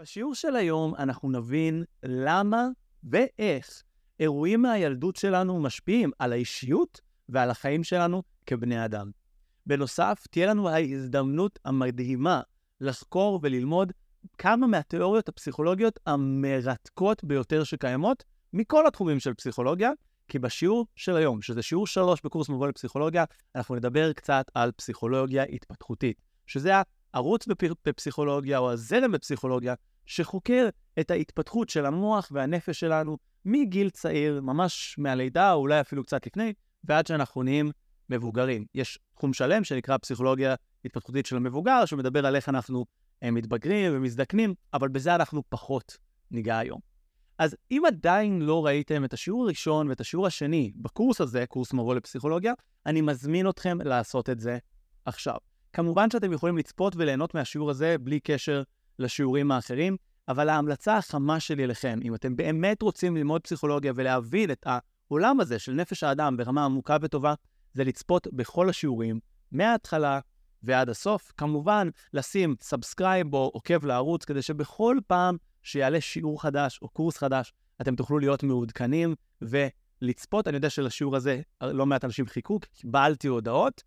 בשיעור של היום אנחנו נבין למה ואיך אירועים מהילדות שלנו משפיעים על האישיות ועל החיים שלנו כבני אדם. בנוסף, תהיה לנו ההזדמנות המדהימה לחקור וללמוד כמה מהתיאוריות הפסיכולוגיות המרתקות ביותר שקיימות מכל התחומים של פסיכולוגיה, כי בשיעור של היום, שזה שיעור 3 בקורס מבוא לפסיכולוגיה, אנחנו נדבר קצת על פסיכולוגיה התפתחותית, שזה הערוץ בפסיכולוגיה או הזרם בפסיכולוגיה שחוקר את ההתפתחות של המוח והנפש שלנו מגיל צעיר, ממש מהלידה או אולי אפילו קצת לפני, ועד שאנחנו נהיים מבוגרים. יש תחום שלם שנקרא פסיכולוגיה התפתחותית של המבוגר, שמדבר על איך אנחנו מתבגרים ומזדקנים, אבל בזה אנחנו פחות ניגע היום. אז אם עדיין לא ראיתם את השיעור הראשון ואת השיעור השני בקורס הזה, קורס מבוא לפסיכולוגיה, אני מזמין אתכם לעשות את זה עכשיו. כמובן שאתם יכולים לצפות וליהנות מהשיעור הזה בלי קשר לשיעורים האחרים, אבל ההמלצה החמה שלי אליכם, אם אתם באמת רוצים ללמוד פסיכולוגיה ולהבין את העולם הזה של נפש האדם ברמה עמוקה וטובה, זה לצפות בכל השיעורים מההתחלה ועד הסוף. כמובן, לשים סאבסקרייב או עוקב לערוץ, כדי שבכל פעם שיעלה שיעור חדש או קורס חדש, אתם תוכלו להיות מעודכנים ולצפות. אני יודע שלשיעור הזה לא מעט אנשים חיכו, קיבלתי הודעות,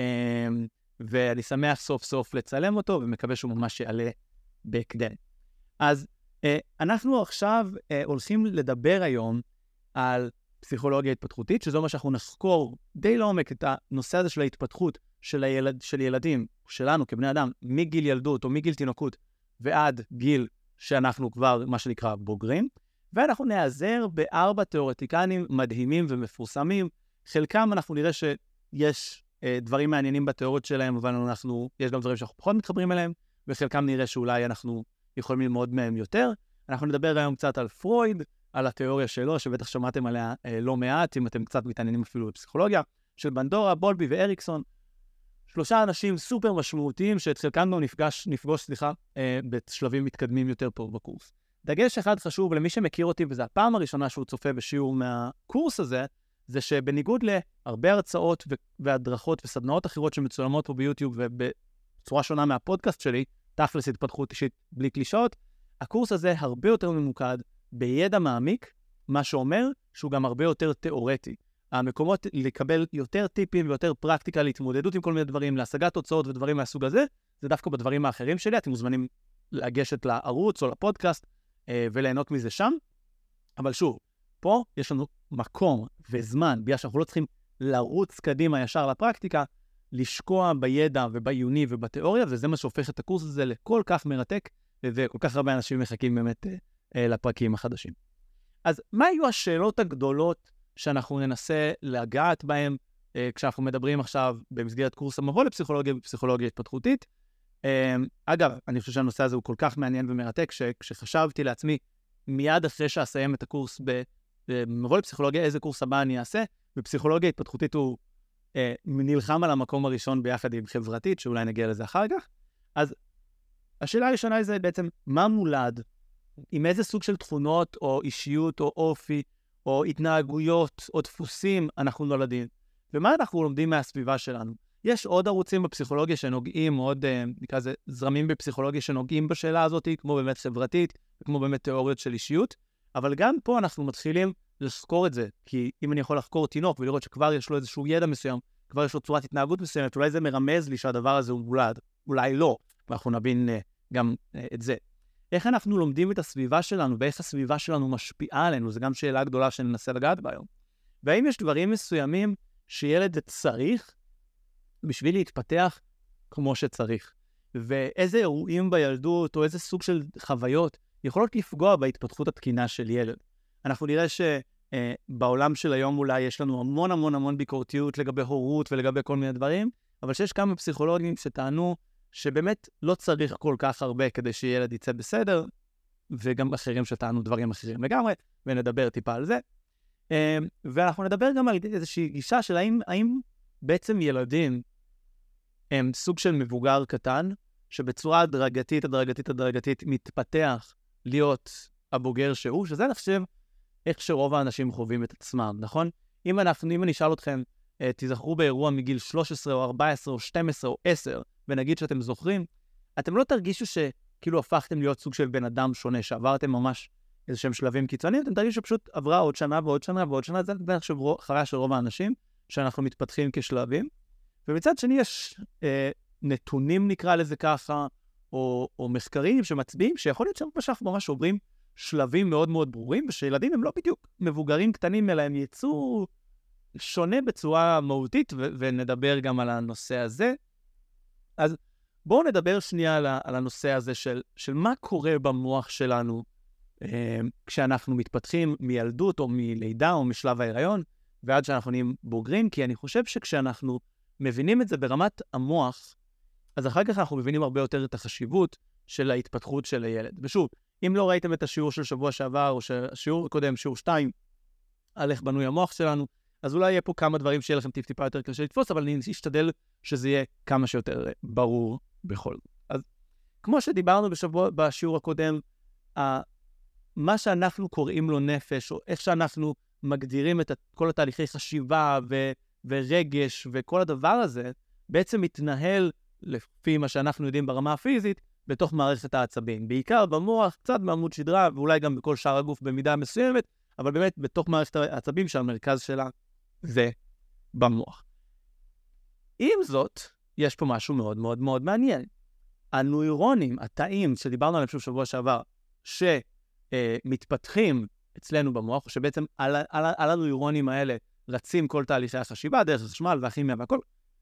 ואני שמח סוף סוף לצלם אותו, ומקווה שהוא ממש יעלה בהקדם. אז אנחנו עכשיו הולכים לדבר היום על פסיכולוגיה התפתחותית, שזו מה שאנחנו נחקור די לעומק את הנושא הזה של ההתפתחות של ילדים, שלנו כבני אדם, מגיל ילדות או מגיל תינוקות, ועד גיל שאנחנו כבר מה שנקרא בוגרים, ואנחנו נעזר ב4 תיאורטיקנים מדהימים ומפורסמים. חלקם אנחנו נראה שיש דברים מעניינים בתיאוריות שלהם, אבל יש גם דברים שאנחנו פחות מתחברים אליהם, וחלקם נראה שאולי אנחנו יכולים ללמוד מהם יותר. אנחנו נדבר היום קצת על פרויד, על התיאוריה שלו, שבטח שמעתם עליה לא מעט, אם אתם קצת מתעניינים אפילו בפסיכולוגיה, של בנדורה, בולבי ואריקסון. 3 אנשים סופר משמעותיים, שאת חלקם לא נפגוש בשלבים מתקדמים יותר פה בקורס. דגש אחד חשוב למי שמכיר אותי, וזו הפעם הראשונה שהוא צופה בשיעור מהקורס הזה, זה שבניגוד להרבה הרצאות והדרכות וסדנאות אחרות שמצולמות פה ביוטיוב ובצורה שונה מהפודקאסט שלי, תכלס התפתחות אישית בלי קלישאות, הקורס הזה הרבה יותר ממוקד בידע מעמיק, מה שאומר שהוא גם הרבה יותר תיאורטי. המקומות לקבל יותר טיפים ויותר פרקטיקה להתמודדות עם כל מיני דברים, להשגת תוצאות ודברים מהסוג הזה, זה דווקא בדברים האחרים שלי. אתם מוזמנים לגשת לערוץ או לפודקאסט וליהנות מזה שם. אבל שוב, פה יש לנו מקום וזמן, בגלל שאנחנו לא צריכים לרוץ קדימה ישר לפרקטיקה, לשקוע בידע ובעיוני ובתיאוריה, וזה מה שהופך את הקורס הזה לכל כך מרתק, וכל כך הרבה אנשים מחכים באמת לפרקים החדשים. אז מה יהיו השאלות הגדולות שאנחנו ננסה לגעת בהן כשאנחנו מדברים עכשיו במסגרת קורס המבוא לפסיכולוגיה ופסיכולוגיה התפתחותית? אגב, אני חושב שהנושא הזה הוא כל כך מעניין ומרתק, שכשחשבתי לעצמי מיד אחרי שאסיים את הקורס במבוא לפסיכולוגיה, איזה קורס הבא אני אעשה, בפסיכולוגיה התפתחותית הוא נלחם על המקום הראשון ביחד עם חברתית, שאולי נגיע לזה אחר כך. אז השאלה הראשונה היא בעצם מה מולד, עם איזה סוג של תכונות או אישיות או אופי או התנהגויות או דפוסים אנחנו נולדים, ומה אנחנו לומדים מהסביבה שלנו. יש עוד ערוצים בפסיכולוגיה שנוגעים, עוד נקרא לזה זרמים בפסיכולוגיה שנוגעים בשאלה הזאת, כמו באמת חברתית, כמו באמת תיאוריות של אישיות, אבל גם פה אנחנו מתחילים לחקור את זה, כי אם אני יכול לחקור תינוק ולראות שכבר יש לו איזשהו ידע מסוים, כבר יש לו צורת התנהגות מסוימת, אולי זה מרמז לי שהדבר הזה הוא מולד, אולי לא, ואנחנו נבין גם את זה. איך אנחנו לומדים את הסביבה שלנו, ואיך הסביבה שלנו משפיעה עלינו, זו גם שאלה גדולה שננסה לגעת בה היום. והאם יש דברים מסוימים שילד צריך בשביל להתפתח כמו שצריך, ואיזה אירועים בילדות, או איזה סוג של חוויות, יכולות לפגוע בהתפתחות התקינה של ילד. אנחנו נראה שבעולם של היום אולי יש לנו המון המון המון ביקורתיות לגבי הורות ולגבי כל מיני דברים, אבל שיש כמה פסיכולוגים שטענו שבאמת לא צריך כל כך הרבה כדי שילד יצא בסדר, וגם אחרים שטענו דברים אחרים לגמרי, ונדבר טיפה על זה. ואנחנו נדבר גם על איזושהי גישה של האם בעצם ילדים הם סוג של מבוגר קטן, שבצורה הדרגתית מתפתח להיות הבוגר שהוא, שזה נחשב איך שרוב האנשים חווים את עצמם, נכון? אם אני אשאל אתכם, תזכרו באירוע מגיל 13 או 14 או 12 או 10, ונגיד שאתם זוכרים, אתם לא תרגישו כאילו הפכתם להיות סוג של בן אדם שונה, שעברתם ממש איזשהם שלבים קיצוניים, אתם תרגישו שפשוט עברה עוד שנה ועוד שנה ועוד שנה, זה בערך חוויה של רוב האנשים, שאנחנו מתפתחים כשלבים. ומצד שני יש נתונים, נקרא לזה ככה, או מחקרים שמצביעים, שיכול להיות שאנחנו ממש עוברים שלבים מאוד מאוד ברורים, ושילדים הם לא בדיוק מבוגרים קטנים, אלא הם יצאו שונה בצורה מהותית, ונדבר גם על הנושא הזה. אז בואו נדבר שנייה על הנושא הזה של מה קורה במוח שלנו, כשאנחנו מתפתחים מילדות או מלידה או משלב ההיריון, ועד שאנחנו נהיים בוגרים, כי אני חושב שכשאנחנו מבינים את זה ברמת המוח, אז אחר כך אנחנו מבינים הרבה יותר את החשיבות של ההתפתחות של הילד. ושוב, אם לא ראיתם את השיעור של שבוע שעבר, או השיעור הקודם, שיעור 2, על איך בנוי המוח שלנו, אז אולי יהיה פה כמה דברים שיהיה לכם טיפה יותר קשה לתפוס, אבל אני אשתדל שזה יהיה כמה שיותר ברור בכל זאת. אז כמו שדיברנו בשיעור הקודם, מה שאנחנו קוראים לו נפש, או איך שאנחנו מגדירים את כל התהליכי חשיבה ורגש וכל הדבר הזה, בעצם מתנהל לפי מה שאנחנו יודעים ברמה הפיזית, בתוך מערכת העצבים. בעיקר במוח, קצת בעמוד שדרה, ואולי גם בכל שאר הגוף במידה מסוימת, אבל באמת בתוך מערכת העצבים שהמרכז שלה זה במוח. עם זאת, יש פה משהו מאוד מאוד מאוד מעניין. הנוירונים, התאים שדיברנו עליהם שוב שבוע שעבר, שמתפתחים אצלנו במוח, או שבעצם על הנוירונים האלה רצים כל תהליכי החשיבה, דרך החשמל והכימיה והכל,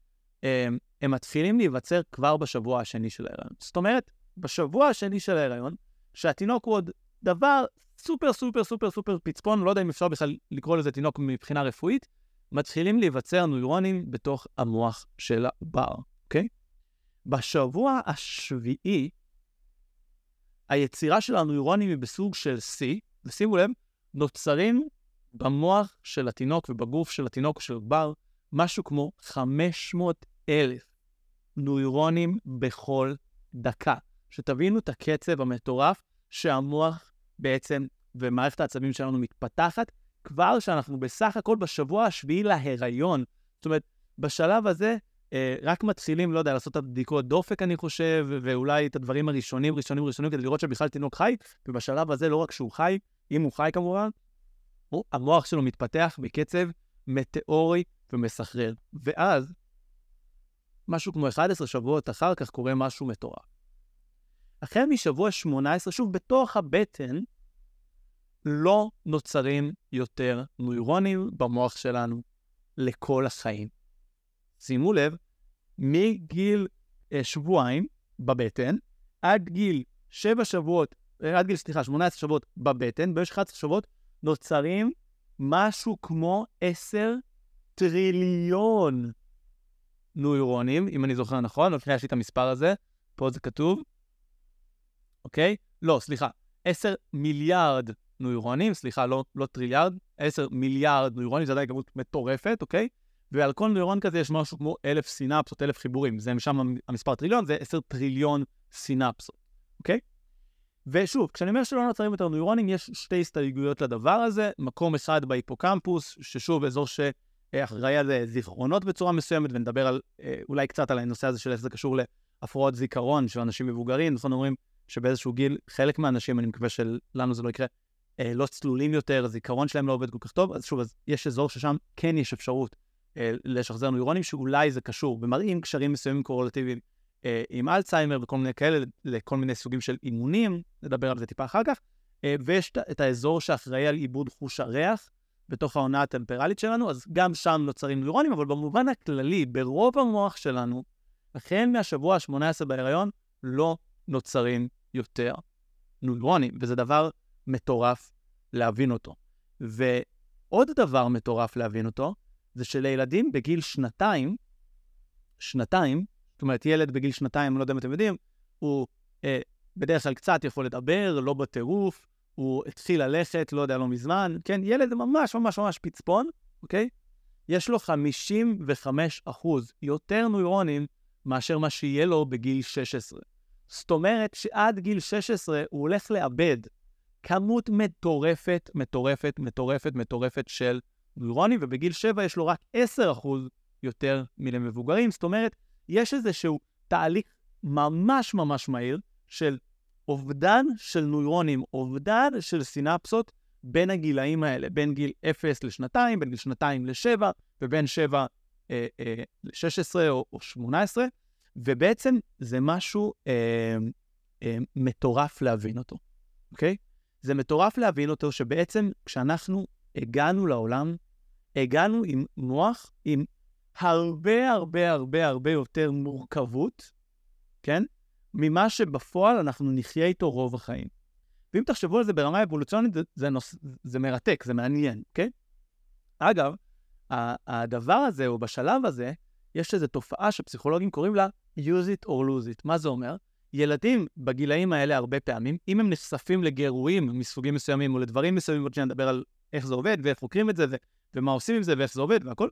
הם מתחילים להיווצר כבר בשבוע השני של ההיריון. זאת אומרת, בשבוע השני של ההיריון, שהתינוק הוא עוד דבר סופר סופר סופר סופר פצפון, לא יודע אם אפשר בכלל לקרוא לזה תינוק מבחינה רפואית, מתחילים להיווצר נוירונים בתוך המוח של העובר, אוקיי? בשבוע השביעי, היצירה של הנוירונים היא בסוג של C, ושימו לב, נוצרים במוח של התינוק ובגוף של התינוק או של העובר, משהו כמו 500,000 נוירונים בכל דקה. שתבינו את הקצב המטורף שהמוח בעצם ומערכת העצבים שלנו מתפתחת, כבר שאנחנו בסך הכל בשבוע השביעי להיריון. זאת אומרת, בשלב הזה רק מתחילים, לא יודע, לעשות את הבדיקות דופק, אני חושב, ואולי את הדברים הראשונים, כדי לראות שבכלל תינוק חי, ובשלב הזה לא רק שהוא חי, אם הוא חי כמובן, המוח שלו מתפתח בקצב מטאורי ומסחרר. ואז, משהו כמו 11 שבועות אחר כך קורה משהו מטורף. אחרי משבוע 18, שוב, בתוך הבטן, לא נוצרים יותר נוירונים במוח שלנו לכל החיים. שימו לב, מגיל שבועיים בבטן, עד גיל 18 שבועות בבטן, במשך 11 שבועות נוצרים משהו כמו 10 טריליון נוירונים, אם אני זוכר נכון, לפני יש לי את המספר הזה, פה זה כתוב, אוקיי? לא, סליחה, 10 מיליארד נוירונים, סליחה, לא טריליארד, 10 מיליארד נוירונים, זה עדיין כמות מטורפת, אוקיי? ועל כל נוירון כזה יש משהו כמו 1,000 סינפסות, 1,000 חיבורים, זה משם המספר טריליון, זה 10 טריליון סינפסות, אוקיי? ושוב, כשאני אומר שלא נוצרים יותר נוירונים, יש שתי הסתייגויות לדבר הזה, מקום אחד בהיפוקמפוס, ששוב אזור שאחראי על זיכרונות בצורה מסוימת, ונדבר על, אולי קצת על הנושא הזה של איך זה קשור להפרעות זיכרון של אנשים מבוגרים, נכון אומרים שבאיזשהו גיל, חלק מהאנשים, אני מקווה שלנו זה לא יקרה, לא צלולים יותר, הזיכרון שלהם לא עובד כל כך טוב, אז שוב, אז יש אזור ששם כן יש אפשרות לשחזר נוירונים, שאולי זה קשור, ומראים קשרים מסוימים קורלטיביים עם אלצהיימר וכל מיני כאלה, לכל מיני סוגים של אימונים, נדבר על זה טיפה אחר כך, ויש את האזור שאחראי על עיבוד חוש הריח, בתוך העונה הטמפרלית שלנו, אז גם שם נוצרים נוירונים, אבל במובן הכללי, ברוב המוח שלנו, לכן מהשבוע ה-18 בהיריון, לא נוצרים יותר נוירונים, וזה דבר מטורף להבין אותו. ועוד דבר מטורף להבין אותו, זה שלילדים בגיל שנתיים, זאת אומרת, ילד בגיל שנתיים, לא יודע אם אתם יודעים, הוא בדרך כלל קצת יכול לדבר, לא בטירוף, הוא התחיל ללכת, לא יודע, לא מזמן, כן, ילד ממש ממש ממש פצפון, אוקיי? יש לו 55% יותר נוירונים מאשר מה שיהיה לו בגיל 16. זאת אומרת שעד גיל 16 הוא הולך לאבד כמות מטורפת של נוירונים, ובגיל 7 יש לו רק 10% יותר מלמבוגרים. זאת אומרת, יש איזשהו תהליך ממש ממש מהיר של אובדן של נוירונים, אובדן של סינפסות בין הגילאים האלה, בין גיל 0 לשנתיים, בין גיל 2 ל-7, ובין 7 ל-16 או 18, ובעצם זה משהו מטורף להבין אותו, אוקיי? זה מטורף להבין אותו שבעצם כשאנחנו הגענו לעולם, הגענו עם מוח, עם הרבה הרבה הרבה הרבה יותר מורכבות, כן? ממה שבפועל אנחנו נחיה איתו רוב החיים. ואם תחשבו על זה ברמה אבולוציונית, זה מרתק, זה מעניין, אוקיי? אגב, הדבר הזה, או בשלב הזה, יש איזו תופעה שפסיכולוגים קוראים לה use it or lose it. מה זה אומר? ילדים בגילאים האלה הרבה פעמים, אם הם נחשפים לגירויים מסוגים מסוימים, או לדברים מסוימים, עוד שנדבר על איך זה עובד, ואיך חוקרים את זה, ומה עושים עם זה, ואיך זה עובד, והכל,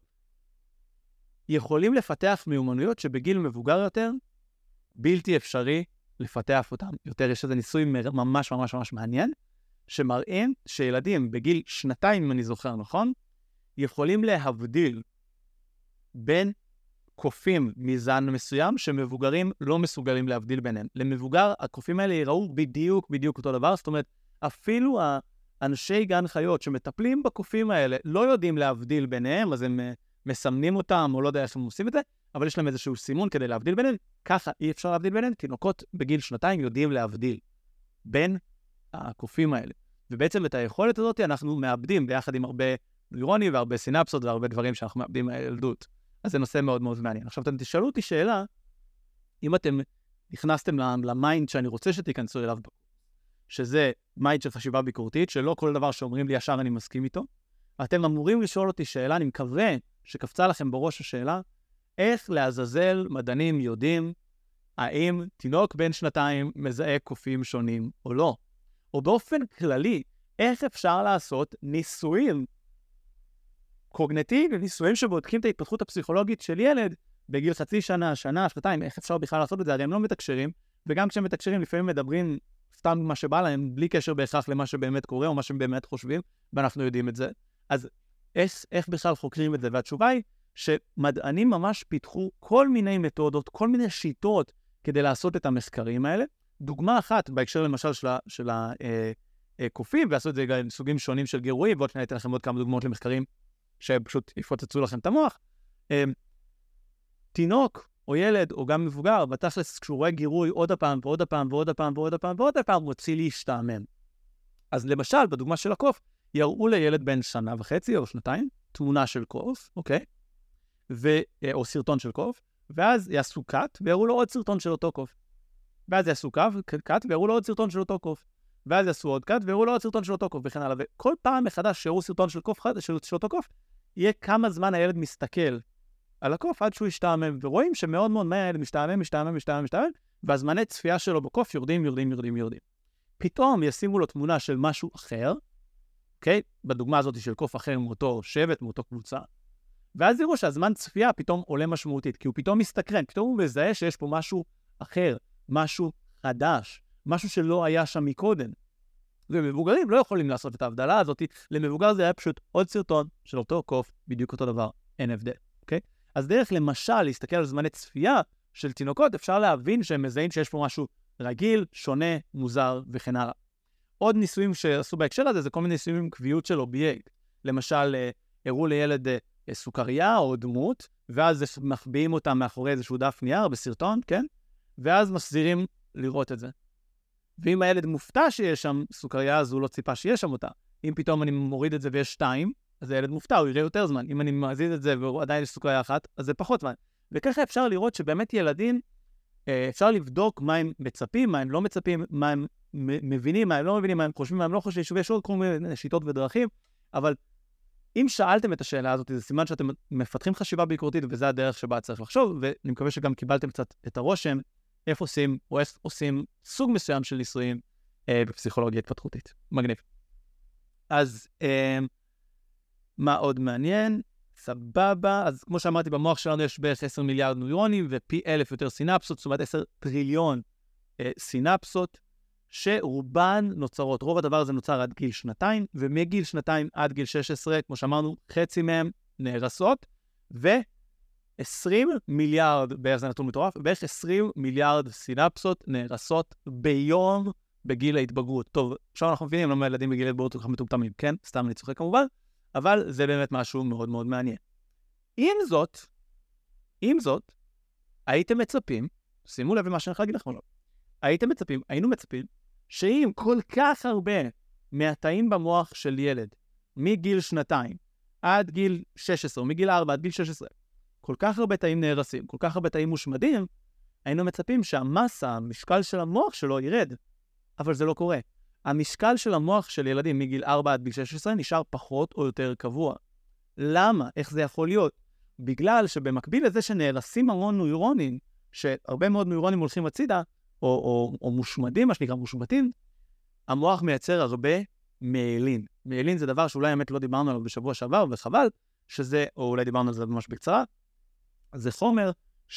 יכולים לפתח מיומנויות שבגיל מבוגר יותר, בלתי אפשרי לפתח אותם. יותר יש איזה ניסוי ממש ממש ממש מעניין, שמראים שילדים בגיל 2, אם אני זוכר נכון, יכולים להבדיל בין קופים מזן מסוים, שמבוגרים לא מסוגלים להבדיל ביניהם. למבוגר, הקופים האלה יראו בדיוק אותו דבר, זאת אומרת, אפילו האנשי גן חיות שמטפלים בקופים האלה, לא יודעים להבדיל ביניהם, אז הם מסמנים אותם, או לא יודע איך הם עושים את זה, אבל יש להם איזשהו סימון כדי להבדיל ביניהם. ככה אי אפשר להבדיל ביניהם, תינוקות בגיל 2 יודעים להבדיל בין הקופים האלה. ובעצם את היכולת הזאת אנחנו מאבדים ביחד עם הרבה נוירונים והרבה סינפסות והרבה דברים שאנחנו מאבדים מהילדות. אז זה נושא מאוד מאוד מעניין. עכשיו, אתם תשאלו אותי שאלה, אם אתם נכנסתם למיינד שאני רוצה שתיכנסו אליו, שזה מיינד של חשיבה ביקורתית, שלא כל דבר שאומרים לי ישר אני מסכים איתו, אתם אמורים לשאול אותי שאלה, אני מקווה שקפצה לכם בראש השאלה, איך לעזאזל מדענים יודעים האם תינוק בן 2 מזהה קופים שונים או לא? או באופן כללי, איך אפשר לעשות ניסויים קוגניטיביים, ניסויים שבודקים את ההתפתחות הפסיכולוגית של ילד בגיל חצי שנה, שנה, שנתיים, איך אפשר בכלל לעשות את זה? הרי הם לא מתקשרים, וגם כשהם מתקשרים לפעמים מדברים סתם מה שבא להם, בלי קשר בהכרח למה שבאמת קורה או מה שהם באמת חושבים, ואנחנו יודעים את זה. אז איך בכלל חוקרים את זה? והתשובה היא שמדענים ממש פיתחו כל מיני מתודות, כל מיני שיטות כדי לעשות את המחקרים האלה. דוגמה אחת, בהקשר למשל של הקופים, ועשו את זה גם סוגים שונים של גירויים, ועוד שניה אתן לכם עוד כמה דוגמאות למחקרים שפשוט יפוצצו לכם את המוח. תינוק או ילד או גם מבוגר, בתכלס כשהוא רואה גירוי עוד הפעם ועוד הפעם ועוד הפעם ועוד הפעם ועוד הפעם, הוא רוצה להשתעמם. אז למשל, בדוגמה של הקוף, יראו לילד בן 1.5 או 2 תמונה של קוף, אוקיי? או סרטון של קוף, ואז יעשו קאט ויראו לו עוד סרטון של אותו קוף. ואז יעשו קאט ויראו לו עוד סרטון של אותו קוף. ואז יעשו עוד קאט ויראו לו עוד סרטון של אותו קוף וכן הלאה. וכל פעם מחדש שיראו סרטון של קוף של אותו קוף, יהיה כמה זמן הילד מסתכל על הקוף עד שהוא ישתעמם. ורואים שמאוד מאוד מהר הילד משתעמם, והזמני צפייה שלו בקוף יורדים. פתאום ישימו לו תמונה של משהו אחר, אוקיי? בדוגמה הזאת של קוף אחר מאותו שבט, מאותו קבוצה. ואז יראו שהזמן צפייה פתאום עולה משמעותית, כי הוא פתאום מסתקרן, פתאום הוא מזהה שיש פה משהו אחר, משהו חדש, משהו שלא היה שם מקודם. ומבוגרים לא יכולים לעשות את ההבדלה הזאת, למבוגר זה היה פשוט עוד סרטון של אותו קוף, בדיוק אותו דבר, אין הבדל, אוקיי? אז דרך למשל להסתכל על זמני צפייה של תינוקות, אפשר להבין שהם מזהים שיש פה משהו רגיל, שונה, מוזר וכן הלאה. עוד ניסויים שעשו בהקשר הזה, זה כל מיני ניסויים עם קביעות של אובייקט. למשל, הראו לילד סוכריה או דמות, ואז מחביאים אותם מאחורי איזשהו דף נייר בסרטון, כן? ואז מחזירים לראות את זה. ואם הילד מופתע שיש שם סוכריה, אז הוא לא ציפה שיש שם אותה. אם פתאום אני מוריד את זה ויש 2, אז הילד מופתע, הוא יראה יותר זמן. אם אני מזיז את זה ועדיין יש סוכריה אחת, אז זה פחות זמן. וככה אפשר לראות שבאמת ילדים, אפשר לבדוק מה הם מצפים, מה הם לא מצפים, מה הם מבינים, מה הם לא מבינים, מה הם חושבים, מה הם לא חושבים, יש עוד כל מיני שיטות ודרכים, אבל אם שאלתם את השאלה הזאת, זה סימן שאתם מפתחים חשיבה ביקורתית, וזה הדרך שבה צריך לחשוב, ואני מקווה שגם קיבלתם קצת את הרושם, איך עושים, או איך עושים סוג מסוים של ניסויים בפסיכולוגיה התפתחותית. מגניב. אז מה עוד מעניין? סבבה. אז כמו שאמרתי, במוח שלנו יש בערך 10 מיליארד נוירונים, ופי 1,000 יותר סינפסות, זאת אומרת 10 טריליון סינפסות, שרובן נוצרות. רוב הדבר הזה נוצר עד גיל 2, ומגיל 2 עד גיל 16, כמו שאמרנו, חצי מהם נהרסות, ו20 מיליארד, בערך זה נתון מטורף, בערך 20 מיליארד סינפסות נהרסות ביום בגיל ההתבגרות. טוב, עכשיו אנחנו מבינים למה ילדים בגיל ההתבגרות כל כך מטומטמים, כן? סתם אני צוחק כמובן, אבל זה באמת משהו מאוד מאוד מעניין. עם זאת, הייתם מצפים, שימו לב למה שאני יכול להגיד לכם, היינו מצפים, שאם כל כך הרבה מהתאים במוח של ילד, מגיל 2 עד גיל 16, או מגיל 4 עד גיל 16, כל כך הרבה תאים נהרסים, כל כך הרבה תאים מושמדים, היינו מצפים שהמסה, המשקל של המוח שלו ירד. אבל זה לא קורה. המשקל של המוח של ילדים מגיל 4 עד גיל 16 נשאר פחות או יותר קבוע. למה? איך זה יכול להיות? בגלל שבמקביל לזה שנהרסים המון נוירונים, שהרבה מאוד נוירונים הולכים הצידה, או מושמדים, מה שנקרא מושמטים, המוח מייצר הרבה מיילין. מיילין זה דבר שאולי האמת לא דיברנו עליו בשבוע שעבר, וחבל שזה, או אולי דיברנו על זה ממש בקצרה, זה חומר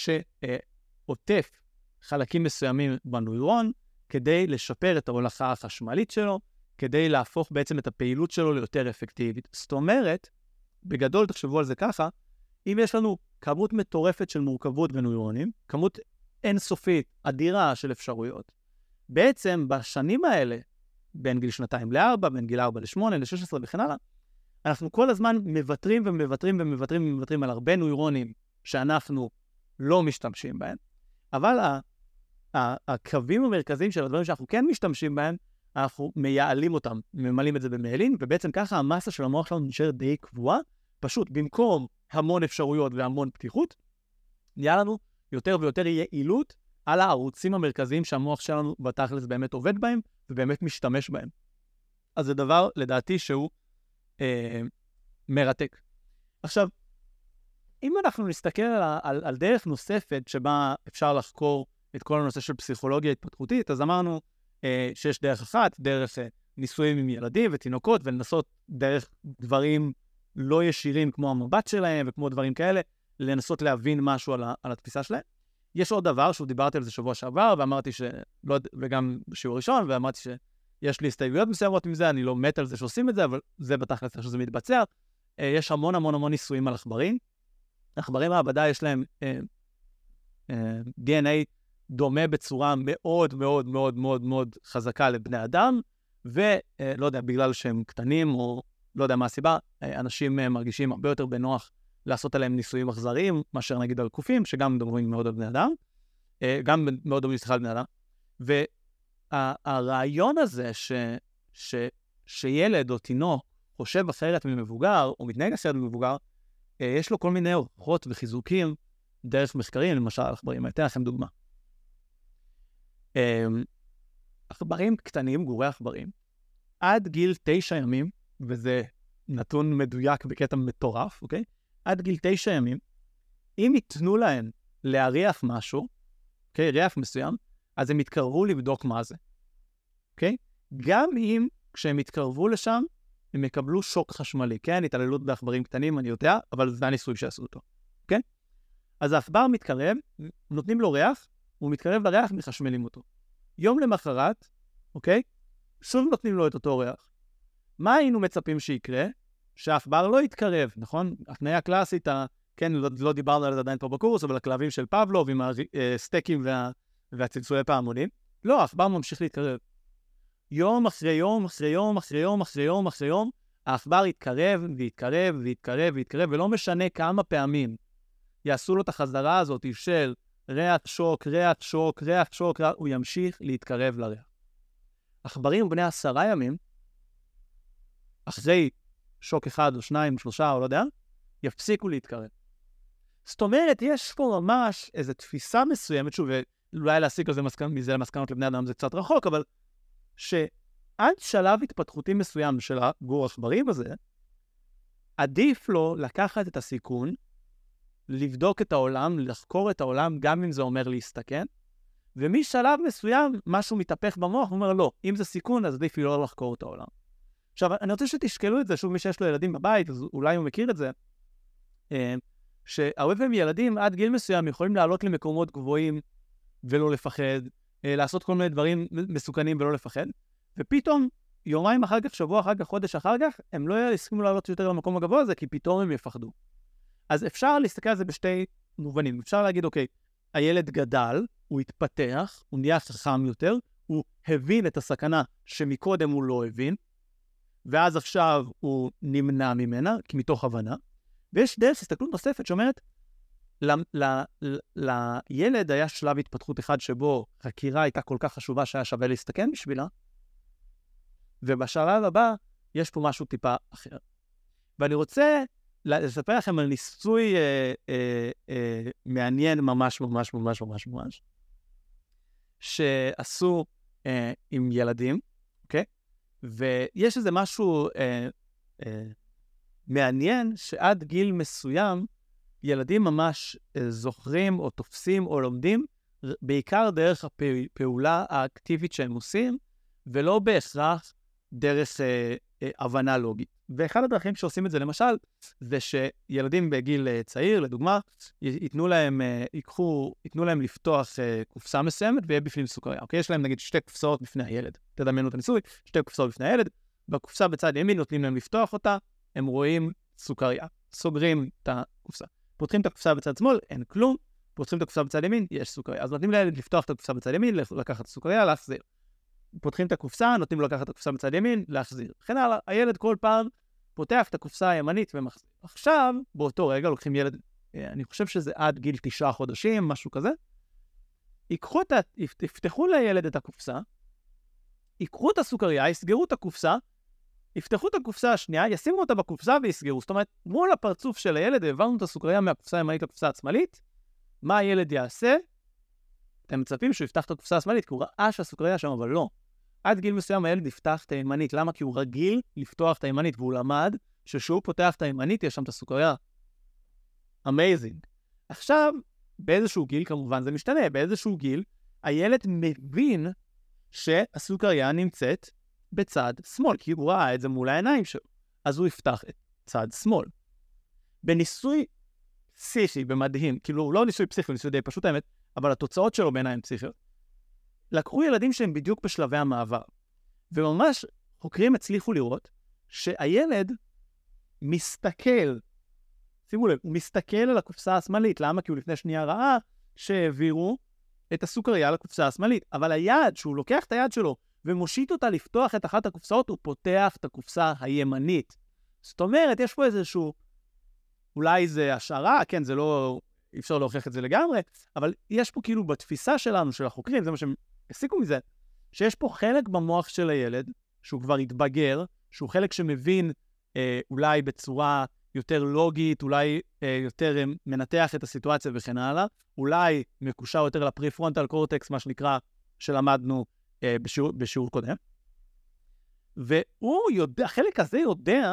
שעוטף חלקים מסוימים בנוירון, כדי לשפר את ההולכה החשמלית שלו, כדי להפוך בעצם את הפעילות שלו ליותר אפקטיבית. זאת אומרת, בגדול תחשבו על זה ככה, אם יש לנו כמות מטורפת של מורכבות בנוירונים, כמות אינסופית, אדירה של אפשרויות, בעצם בשנים האלה, בין גיל 2 ל-4, בין גיל 4 ל-8, ל-16 וכן הלאה, אנחנו כל הזמן מוותרים על הרבה נוירונים שאנחנו לא משתמשים בהם, אבל הקווים המרכזיים של הדברים שאנחנו כן משתמשים בהם, אנחנו מייעלים אותם, ממלאים את זה במיילין, ובעצם ככה המסה של המוח שלנו נשארת די קבועה, פשוט במקום המון אפשרויות והמון פתיחות, נהיה לנו יותר ויותר יעילות על הערוצים המרכזיים שהמוח שלנו בתכלס באמת עובד בהם, ובאמת משתמש בהם. אז זה דבר, לדעתי, שהוא מרתק. עכשיו, אם אנחנו נסתכל על דרך נוספת שבה אפשר לחקור את כל הנושא של פסיכולוגיה התפתחותית, אז אמרנו שיש דרך אחת, דרך ניסויים עם ילדים ותינוקות, ולנסות דרך דברים לא ישירים כמו המבט שלהם וכמו דברים כאלה, לנסות להבין משהו על התפיסה שלהם. יש עוד דבר, שהוא דיברתי על זה שבוע שעבר, ואמרתי וגם בשיעור ראשון, ואמרתי שיש לי הסתייגויות מסוימות עם זה, אני לא מת על זה שעושים את זה, אבל זה בתכלס שזה מתבצע. יש המון ניסויים על עכברים. עכברי מעבדה יש להם DNA דומה בצורה מאוד מאוד מאוד מאוד מאוד חזקה לבני אדם, ולא יודע, בגלל שהם קטנים, או לא יודע מה הסיבה, אנשים מרגישים הרבה יותר בנוח לעשות עליהם ניסויים אכזריים, מאשר נגיד על קופים, שגם דומים מאוד על בני אדם, גם מאוד דומים על בני אדם. והרעיון הזה שילד או תינוק חושב אחרת ממבוגר, או מתנהג אחרת ממבוגר, יש לו כל מיני הוכחות וחיזוקים דרך מחקרים, למשל עכברים. אני אתן לכם דוגמה. עכברים קטנים, גורי עכברים, עד גיל 9 ימים, וזה נתון מדויק בקטע מטורף, אוקיי? עד גיל 9 ימים, אם ייתנו להם להריח משהו, אוקיי? ריח מסוים, אז הם יתקרבו לבדוק מה זה, אוקיי? גם אם כשהם יתקרבו לשם, הם יקבלו שוק חשמלי, כן? התעללות בעכברים קטנים, אני יודע, אבל זה הניסוי שעשו אותו, אוקיי? אז העכבר מתקרב, נותנים לו ריח, הוא מתקרב לריח, מחשמלים אותו. יום למחרת, אוקיי? שוב נותנים לו את אותו ריח. מה היינו מצפים שיקרה? שהעכבר לא יתקרב, נכון? התניה קלאסית, כן, לא דיברנו על זה עדיין פה בקורס, אבל הכלבים של פבלוב עם הסטייקים והצלצולי פעמונים. לא, העכבר ממשיך להתקרב. יום אחרי יום, אחרי יום, אחרי יום, אחרי יום, אחרי יום, העכבר יתקרב ויתקרב ויתקרב ויתקרב, ולא משנה כמה פעמים יעשו לו את החזרה הזאת של ריח שוק, ריח שוק, ריח שוק, הוא ימשיך להתקרב לריח. עכברים בני 10 ימים, אחרי שוק 1 או 2 או 3 או לא יודע, יפסיקו להתקרב. זאת אומרת, יש פה ממש איזו תפיסה מסוימת, שוב, אולי להסיק על זה מזה למסקנות לבני אדם זה קצת רחוק, אבל שעד שלב התפתחותי מסוים של הגור העכברים הזה, עדיף לו לקחת את הסיכון, לבדוק את העולם, לחקור את העולם, גם אם זה אומר להסתכן, ומשלב מסוים משהו מתהפך במוח, הוא אומר לא, אם זה סיכון, אז עדיף לא לחקור את העולם. עכשיו, אני רוצה שתשקלו את זה, שוב, מי שיש לו ילדים בבית, אז אולי הוא מכיר את זה, שהרבה פעמים ילדים עד גיל מסוים יכולים לעלות למקומות גבוהים ולא לפחד, לעשות כל מיני דברים מסוכנים ולא לפחד, ופתאום יומיים אחר כך, שבוע אחר כך, חודש אחר כך, הם לא יסכימו לעלות יותר למקום הגבוה הזה, כי פתאום הם יפחדו. אז אפשר להסתכל על זה בשתי מובנים. אפשר להגיד, אוקיי, הילד גדל, הוא התפתח, הוא נהיה חכם יותר, הוא הבין את הסכנה שמקודם הוא לא הבין, ואז עכשיו הוא נמנע ממנה, מתוך הבנה. ויש דרך הסתכלות נוספת שאומרת, לילד היה שלב התפתחות אחד שבו חקירה הייתה כל כך חשובה שהיה שווה להסתכן בשבילה, ובשלב הבא יש פה משהו טיפה אחר. ואני רוצה לספר לכם על ניסוי מעניין ממש ממש ממש ממש ממש, שעשו עם ילדים, אוקיי? ויש איזה משהו מעניין שעד גיל מסוים, ילדים ממש זוכרים או תופסים או לומדים, בעיקר דרך הפעולה האקטיבית שהם עושים, ולא בהכרח דרך הבנה לוגית. ואחד הדרכים שעושים את זה, למשל, זה שילדים בגיל צעיר, לדוגמה, ייתנו להם לפתוח קופסה מסוימת, ויהיה בפנים סוכריה. אוקיי? יש להם נגיד 2 קופסאות בפני הילד. תדמיינו את הניסוי, 2 קופסאות בפני הילד, בקופסה בצד ימין נותנים להם לפתוח אותה, הם רואים סוכריה. סוגרים את הקופסה. פותחים את הקופסה בצד שמאל, אין כלום, פותחים את הקופסה בצד ימין, יש סוכריה. אז נותנים לילד לפתוח את הקופסה בצד ימין, לקחת את הסוכריה, להחזיר. פותחים את הקופסה, נותנים לו לקחת את הקופסה בצד ימין, להחזיר. לכן הלאה, הילד כל פעם פותח את הקופסה הימנית ומחזיר. עכשיו, באותו רגע, לוקחים ילד, אני חושב שזה עד גיל 9 חודשים, משהו כזה, יפתחו לילד את הקופסה, יקחו את הסוכריה, יסגרו את הקופסה, יפתחו את הקופסה השנייה, ישימו אותה בקופסה ויסגרו. זאת אומרת, מול הפרצוף של הילד, העברנו את הסוכריה מהקופסה הימנית לקופסה השמאלית, מה הילד יעשה? אתם מצפים שהוא יפתח את הקופסה השמאלית, כי הוא ראה שהסוכריה שם, אבל לא. עד גיל מסוים הילד יפתח את הימנית. למה? כי הוא רגיל לפתוח את הימנית, והוא למד ששהוא פותח את הימנית, יש שם את הסוכריה. אמייזינג. עכשיו, באיזשהו גיל, כמובן זה משתנה, באיזשהו גיל, הילד מבין שהסוכריה נמצאת בצד שמאל, כי הוא ראה את זה מול העיניים שלו. אז הוא יפתח את צד שמאל. בניסוי פסיכי, במדהים, כאילו לא ניסוי פסיכי, ניסוי די פשוט האמת, אבל התוצאות שלו בעיניים פסיכיות. לקחו ילדים שהם בדיוק בשלבי המעבר, וממש חוקרים הצליחו לראות שהילד מסתכל, שימו לב, הוא מסתכל על הקופסה השמאלית. למה? כי הוא לפני שנייה ראה שהעבירו את הסוכריה לקופסה השמאלית, אבל היד, שהוא לוקח את היד שלו ומושיט אותה לפתוח את אחת הקופסאות, הוא פותח את הקופסה הימנית. זאת אומרת, יש פה איזשהו, אולי זה השערה, כן, זה לא, אי אפשר להוכיח את זה לגמרי, אבל יש פה כאילו בתפיסה שלנו, של החוקרים, זה מה שהם הסיקו מזה, שיש פה חלק במוח של הילד, שהוא כבר התבגר, שהוא חלק שמבין אולי בצורה יותר לוגית, אולי יותר מנתח את הסיטואציה וכן הלאה, אולי מקושר יותר לפריפרונטל קורטקס, מה שנקרא, שלמדנו בשיעור קודם. והוא יודע, החלק הזה יודע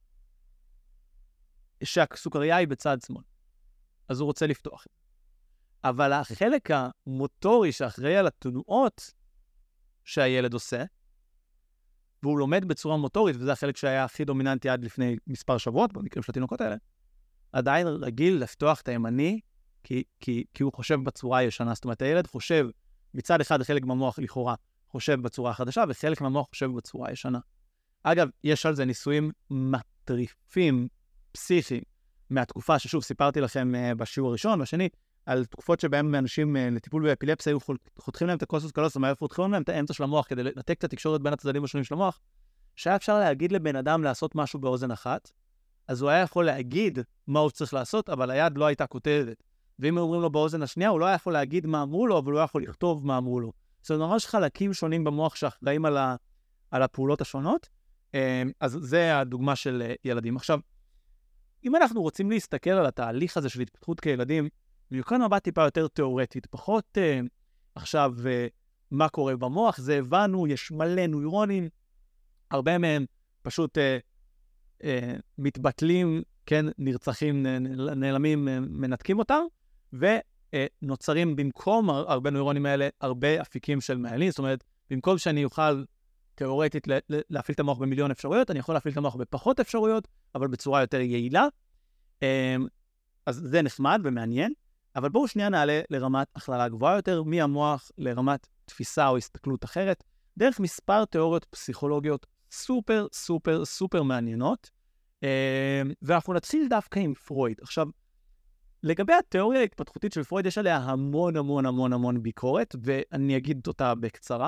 שהסוכריה היא בצד שמאל. אז הוא רוצה לפתוח. אבל החלק המוטורי שאחראי על התנועות שהילד עושה, והוא לומד בצורה מוטורית, וזה החלק שהיה הכי דומיננטי עד לפני מספר שבועות, במקרים של התינוקות האלה, עדיין רגיל לפתוח את הימני, כי הוא חושב בצורה הישנה. זאת אומרת, הילד חושב, מצד אחד חלק מהמוח לכאורה חושב בצורה החדשה, וחלק מהמוח חושב בצורה הישנה. אגב, יש על זה ניסויים מטריפים, פסיכיים, מהתקופה ששוב סיפרתי לכם בשיעור הראשון, בשני, על תקופות שבהם אנשים לטיפול באפילפסיה היו חותכים להם את הקוסוס קלוסום, היו חותכים להם את האמצע של המוח כדי לנתק את התקשורת בין הצדדים השונים של המוח, שהיה אפשר להגיד לבן אדם לעשות משהו באוזן אחת, אז הוא היה יכול להגיד מה הוא צריך לעשות, אבל היד לא הייתה כותבת. ואם אומרים לו באוזן השנייה, הוא לא היה יכול להגיד מה אמרו לו, אבל הוא היה יכול לכתוב מה אמרו לו. זאת ממש חלקים שונים במוח שאחראים על הפעולות השונות, אז זה הדוגמה של ילדים. עכשיו, אם אנחנו רוצים להסתכל על התהליך הזה של התפתחות כילדים, מיוחד מבט טיפה יותר תיאורטית, פחות עכשיו מה קורה במוח, זה הבנו, יש מלא נוירונים, הרבה מהם פשוט מתבטלים, כן, נרצחים, נעלמים, מנתקים אותם, ונוצרים במקום הרבה נוירונים האלה, הרבה אפיקים של מעלין, זאת אומרת, במקום שאני אוכל תיאורטית להפעיל את המוח במיליון אפשרויות, אני יכול להפעיל את המוח בפחות אפשרויות, אבל בצורה יותר יעילה. אז זה נחמד ומעניין, אבל בואו שנייה נעלה לרמת הכללה גבוהה יותר, מהמוח לרמת תפיסה או הסתכלות אחרת, דרך מספר תיאוריות פסיכולוגיות סופר סופר סופר מעניינות, ואנחנו נתחיל דווקא עם פרויד. עכשיו, לגבי התיאוריה ההתפתחותית של פרויד, יש עליה המון המון המון המון ביקורת, ואני אגיד אותה בקצרה,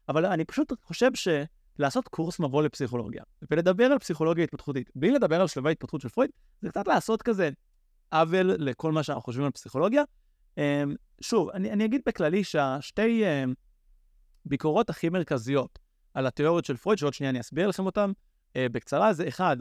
אבל אני פשוט חושב שלעשות קורס מבוא לפסיכולוגיה, ולדבר על פסיכולוגיה התפתחותית, בלי לדבר על שלבי ההתפתחות של פרויד, זה קצת לעשות כזה עוול לכל מה שאנחנו חושבים על פסיכולוגיה. שוב, אני אגיד בכללי שהשתי ביקורות הכי מרכזיות על התיאוריות של פרויד, שעוד שנייה אני אסביר לכם אותם בקצרה, זה אחד,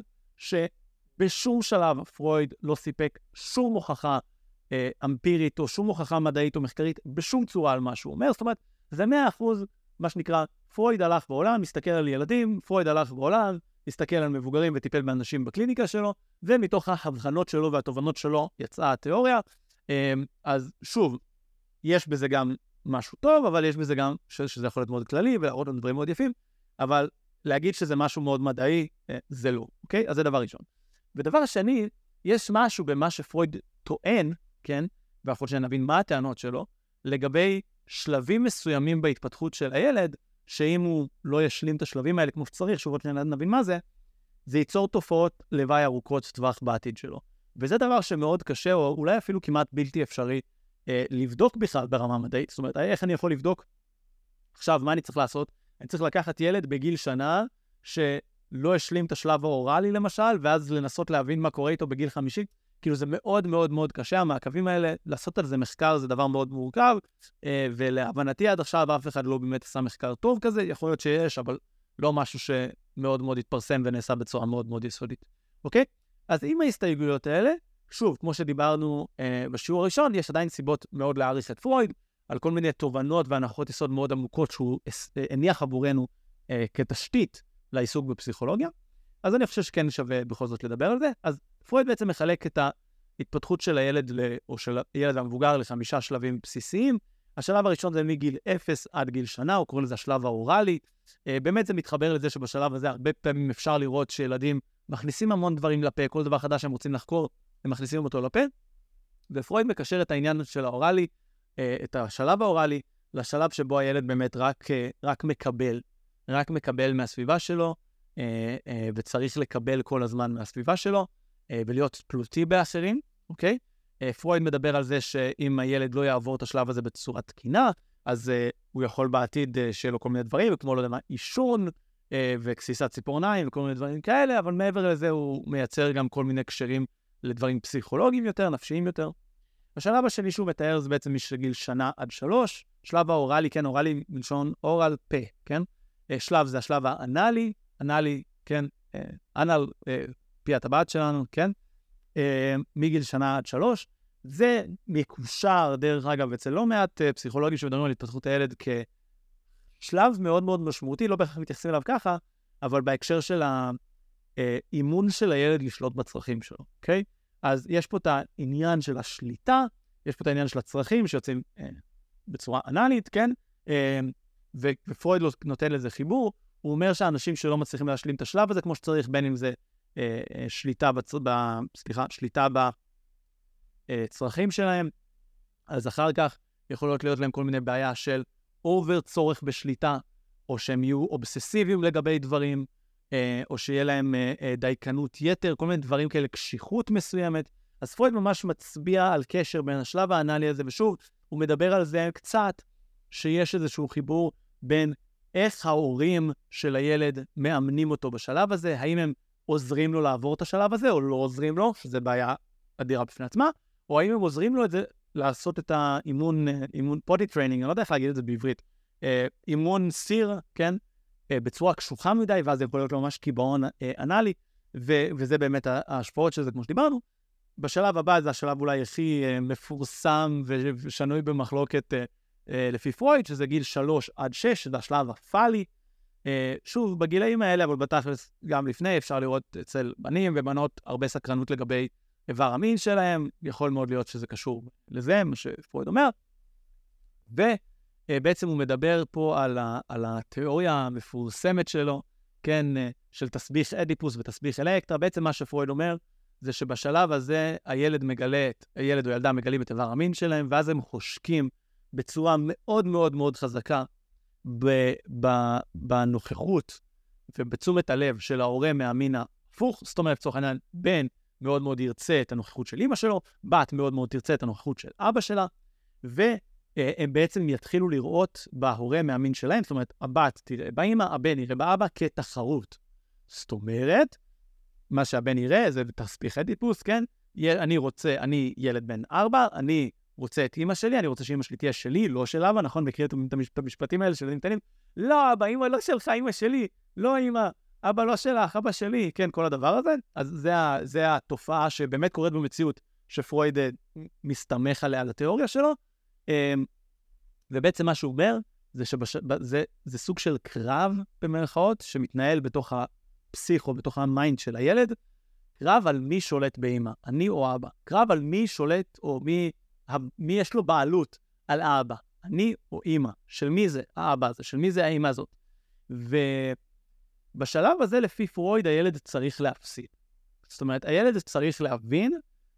שבשום שלב פרויד לא סיפק שום הוכחה אמפירית, או שום הוכחה מדעית או מחקרית, בשום צורה על מה שהוא אומר. זאת אומרת, זה 100% מה שנקרא, פרויד הלך בעולם, מסתכל על ילדים, פרויד הלך בעולם, מסתכל על מבוגרים וטיפל באנשים בקליניקה שלו, ומתוך ההבחנות שלו והתובנות שלו יצאה התיאוריה. אז שוב, יש בזה גם משהו טוב, אבל יש בזה גם שזה יכול להיות מאוד כללי, ולהראות לנו דברים מאוד יפים, אבל להגיד שזה משהו מאוד מדעי, זה לא, אוקיי? אז זה דבר ראשון. ודבר שני, יש משהו במה שפרויד טוען, כן? ואנחנו שנבין מה הטענות שלו, לגבי שלבים מסוימים בהתפתחות של הילד, שאם הוא לא ישלים את השלבים האלה כמו שצריך, שוב עוד נבין מה זה, זה ייצור תופעות לוואי ארוכות טווח בעתיד שלו. וזה דבר שמאוד קשה, או אולי אפילו כמעט בלתי אפשרי, לבדוק בכלל ברמה מדעית. זאת אומרת, איך אני יכול לבדוק? עכשיו, מה אני צריך לעשות? אני צריך לקחת ילד בגיל שנה, שלא השלים את השלב האורלי למשל, ואז לנסות להבין מה קורה איתו בגיל 50. כאילו זה מאוד מאוד מאוד קשה, המעקבים האלה, לעשות על זה מחקר זה דבר מאוד מורכב, ולהבנתי עד עכשיו אף אחד לא באמת עשה מחקר טוב כזה, יכול להיות שיש, אבל לא משהו שמאוד מאוד התפרסם ונעשה בצורה מאוד מאוד יסודית. אוקיי? אז עם ההסתייגויות האלה, שוב, כמו שדיברנו בשיעור הראשון, יש עדיין סיבות מאוד להעריך את פרויד, על כל מיני תובנות והנחות יסוד מאוד עמוקות שהוא הניח עבורנו כתשתית לעיסוק בפסיכולוגיה. אז אני חושב שכן שווה בכל זאת לדבר על זה. אז פרויד בעצם מחלק את ההתפתחות של הילד או של הילד המבוגר ל5 שלבים בסיסיים. השלב הראשון זה מגיל 0 עד גיל שנה, הוא קורא לזה השלב האורלי. באמת זה מתחבר לזה שבשלב הזה הרבה פעמים אפשר לראות שילדים מכניסים המון דברים לפה, כל דבר חדש שהם רוצים לחקור, הם מכניסים אותו לפה. ופרויד מקשר את העניין של האורלי, את השלב האורלי, לשלב שבו הילד באמת רק מקבל מהסביבה שלו, וצריך לקבל כל הזמן מהסביבה שלו, ולהיות תלותי באחרים, אוקיי? פרויד מדבר על זה שאם הילד לא יעבור את השלב הזה בצורה תקינה, אז הוא יכול בעתיד שיהיה לו כל מיני דברים, כמו לא יודע מה, אישון, וכסיסת ציפורניים, וכל מיני דברים כאלה, אבל מעבר לזה הוא מייצר גם כל מיני קשרים לדברים פסיכולוגיים יותר, נפשיים יותר. השלב השני שהוא מתאר זה בעצם משגיל שנה עד 3, שלב האורלי, כן, אורלי מלשון אורל פה, כן? שלב זה השלב האנלי, אנלי, כן, אנל, פי הטבעת שלנו, כן? מגיל שנה עד 3, זה מקושר, דרך אגב, אצל לא מעט פסיכולוגים שמדברים על התפתחות הילד כשלב מאוד מאוד משמעותי, לא בהכרח מתייחסים אליו ככה, אבל בהקשר של האימון של הילד לשלוט בצרכים שלו, אוקיי? אז יש פה את העניין של השליטה, יש פה את העניין של הצרכים שיוצאים בצורה אנלית, כן? ופרויד נותן לזה חיבור, הוא אומר שאנשים שלא מצליחים להשלים את השלב הזה כמו שצריך, בין אם זה שליטה בצרכים שלהם, אז אחר כך יכולות להיות להם כל מיני בעיה של אובר צורך בשליטה, או שהם יהיו אובססיביים לגבי דברים, או שיהיה להם דייקנות יתר, כל מיני דברים כאלה, קשיחות מסוימת. אז פרויד ממש מצביע על קשר בין השלב האנלי הזה, ושוב, הוא מדבר על זה קצת, שיש איזשהו חיבור בין איך ההורים של הילד מאמנים אותו בשלב הזה, האם הם עוזרים לו לעבור את השלב הזה, או לא עוזרים לו, שזה בעיה אדירה בפני עצמה, או האם הם עוזרים לו את זה, לעשות את האימון פוטי טריינינג, אני לא יודע איך להגיד את זה בעברית, אימון סיר, כן, בצורה קשוחה מדי, ואז זה יכול להיות לו ממש קיבעון אנלי, וזה באמת ההשפעות של זה, כמו שדיברנו. בשלב הבא, זה השלב אולי הכי מפורסם ושנוי במחלוקת לפי פרויד, שזה גיל 3 עד 6, זה השלב הפאלי. שוב, בגילאים האלה, אבל בתכלס גם לפני, אפשר לראות אצל בנים ובנות הרבה סקרנות לגבי איבר המין שלהם, יכול מאוד להיות שזה קשור לזה, מה שפרויד אומר. ובעצם הוא מדבר פה על התיאוריה המפורסמת שלו, כן, של תסביך אדיפוס ותסביך אלקטרה. בעצם מה שפרויד אומר, זה שבשלב הזה הילד או ילדה מגלים את איבר המין שלהם, ואז הם חושקים בצורה מאוד מאוד מאוד חזקה בנוכחות ובתשומת הלב של ההורה מהמין ההפוך. זאת אומרת, לצורך העניין, בן מאוד מאוד ירצה את הנוכחות של אמא שלו, בת מאוד מאוד תרצה את הנוכחות של אבא שלה, הם בעצם יתחילו לראות בהורה מהמין שלהם, זאת אומרת, הבת תראה באמא, הבן יראה באבא כתחרות. זאת אומרת, מה שהבן יראה זה תספיח אדיפוס, כן? אני ילד בן 4, אני רוצה את אמא שלי, אני רוצה שאמא שלי תהיה שלי, לא של אבא, נכון? מכיר את המשפטים האלה של ילדים קטנים? לא, אבא, אמא לא שלך, אמא שלי, לא אמא, אבא לא שלך, אבא שלי, כן, כל הדבר הזה. אז זה התופעה שבאמת קורית במציאות, שפרויד מסתמך עליה לתיאוריה שלו, ובעצם מה שהוא אומר, זה סוג של קרב במרכאות, שמתנהל בתוך הפסיכו, בתוך המיינד של הילד, קרב על מי שולט באמא, אני או אבא. קרב על מי שולט, או מי יש לו בעלות על האבא, אני או אמא. של מי זה האבא הזה, של מי זה האמא הזאת. ובשלב הזה, לפי פרויד, הילד צריך להפסיד. זאת אומרת, הילד צריך להבין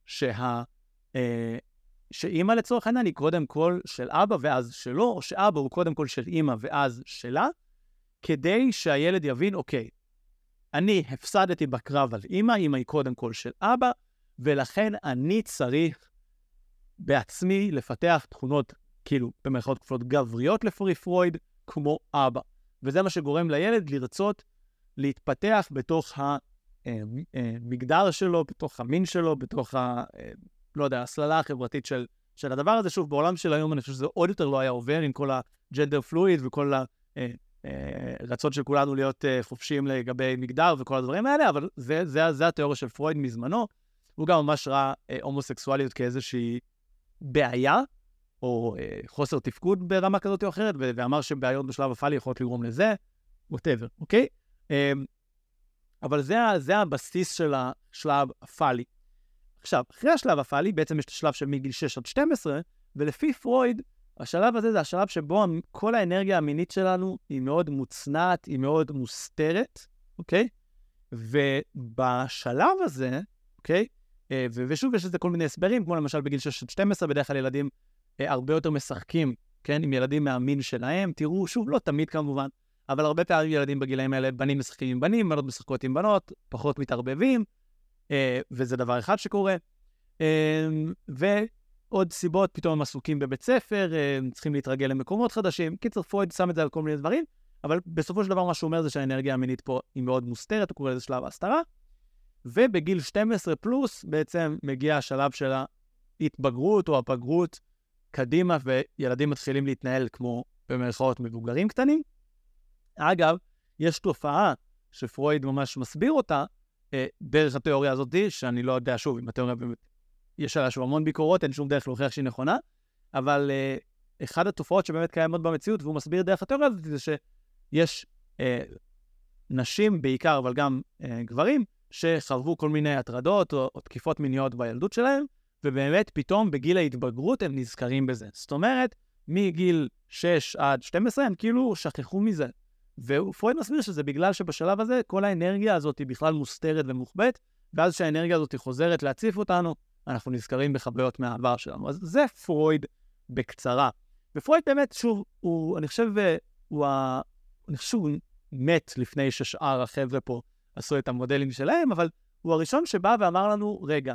שאמא לצורך העניין היא קודם כל של אבא ואז שלו, או שאבא הוא קודם כל של אמא ואז שלה, כדי שהילד יבין, אוקיי, אני הפסדתי בקרב על אמא, אמא היא קודם כל של אבא, ולכן אני צריך בעצמי לפתח תכונות, כאילו, במרכאות כפולות גבריות לפי פרויד, כמו אבא. וזה מה שגורם לילד לרצות להתפתח בתוך המגדר שלו, בתוך המין שלו, בתוך לא יודע, הסללה החברתית של הדבר הזה. שוב, בעולם של היום אני חושב שזה עוד יותר לא היה עובר עם כל הג'נדר פלואיד וכל הרצון של כולנו להיות חופשיים לגבי מגדר וכל הדברים האלה, אבל זה התיאוריה של פרויד מזמנו. הוא גם ממש ראה הומוסקסואליות כאיזושהי בעיה, או חוסר תפקוד ברמה כזאת או אחרת, ואמר שבעיות בשלב הפאלי יכולות לגרום לזה, whatever, אוקיי? אבל זה הבסיס של השלב הפאלי. עכשיו, אחרי השלב הפאלי, בעצם יש את השלב של מגיל 6 עד 12, ולפי פרויד, השלב הזה זה השלב שבו כל האנרגיה המינית שלנו היא מאוד מוצנעת, היא מאוד מוסתרת, אוקיי? ובשלב הזה, אוקיי? ושוב, יש לזה כל מיני הסברים, כמו למשל בגיל 6 עד 12, בדרך כלל ילדים הרבה יותר משחקים, כן? עם ילדים מהמין שלהם. תראו, שוב, לא תמיד כמובן, אבל הרבה פעמים ילדים בגילאים האלה, בנים משחקים עם בנים, בנות משחקות עם בנות, פחות מתערבבים, וזה דבר אחד שקורה. ועוד סיבות, פתאום הם עסוקים בבית ספר, צריכים להתרגל למקומות חדשים. קיצר, פרויד שם את זה על כל מיני דברים, אבל בסופו של דבר מה שהוא אומר זה שהאנרגיה המינית פה היא מאוד מוסתרת, הוא קורא לזה שלב ההסתרה, ובגיל 12 פלוס בעצם מגיע השלב של ההתבגרות או הפגרות קדימה, וילדים מתחילים להתנהל כמו במרכאות מבוגרים קטנים. אגב, יש תופעה שפרויד ממש מסביר אותה, דרך התיאוריה הזאת, שאני לא יודע שוב, אם התיאוריה באמת, יש עליה שוב המון ביקורות, אין שום דרך להוכיח שהיא נכונה, אבל אחד התופעות שבאמת קיימות במציאות, והוא מסביר דרך התיאוריה הזאת, זה שיש נשים בעיקר, אבל גם גברים, שחוו כל מיני הטרדות או תקיפות מיניות בילדות שלהם, ובאמת פתאום בגיל ההתבגרות הם נזכרים בזה. זאת אומרת, מגיל 6 עד 12 הם כאילו שכחו מזה. ופרויד מסביר שזה בגלל שבשלב הזה כל האנרגיה הזאת היא בכלל מוסתרת ומוחבאת, ואז שהאנרגיה הזאת חוזרת להציף אותנו, אנחנו נזכרים בחוויות מהעבר שלנו. אז זה פרויד בקצרה. ופרויד באמת, שוב, אני חושב הוא מת לפני ששאר החבר'ה פה עשו את המודלים שלהם, אבל הוא הראשון שבא ואמר לנו, רגע,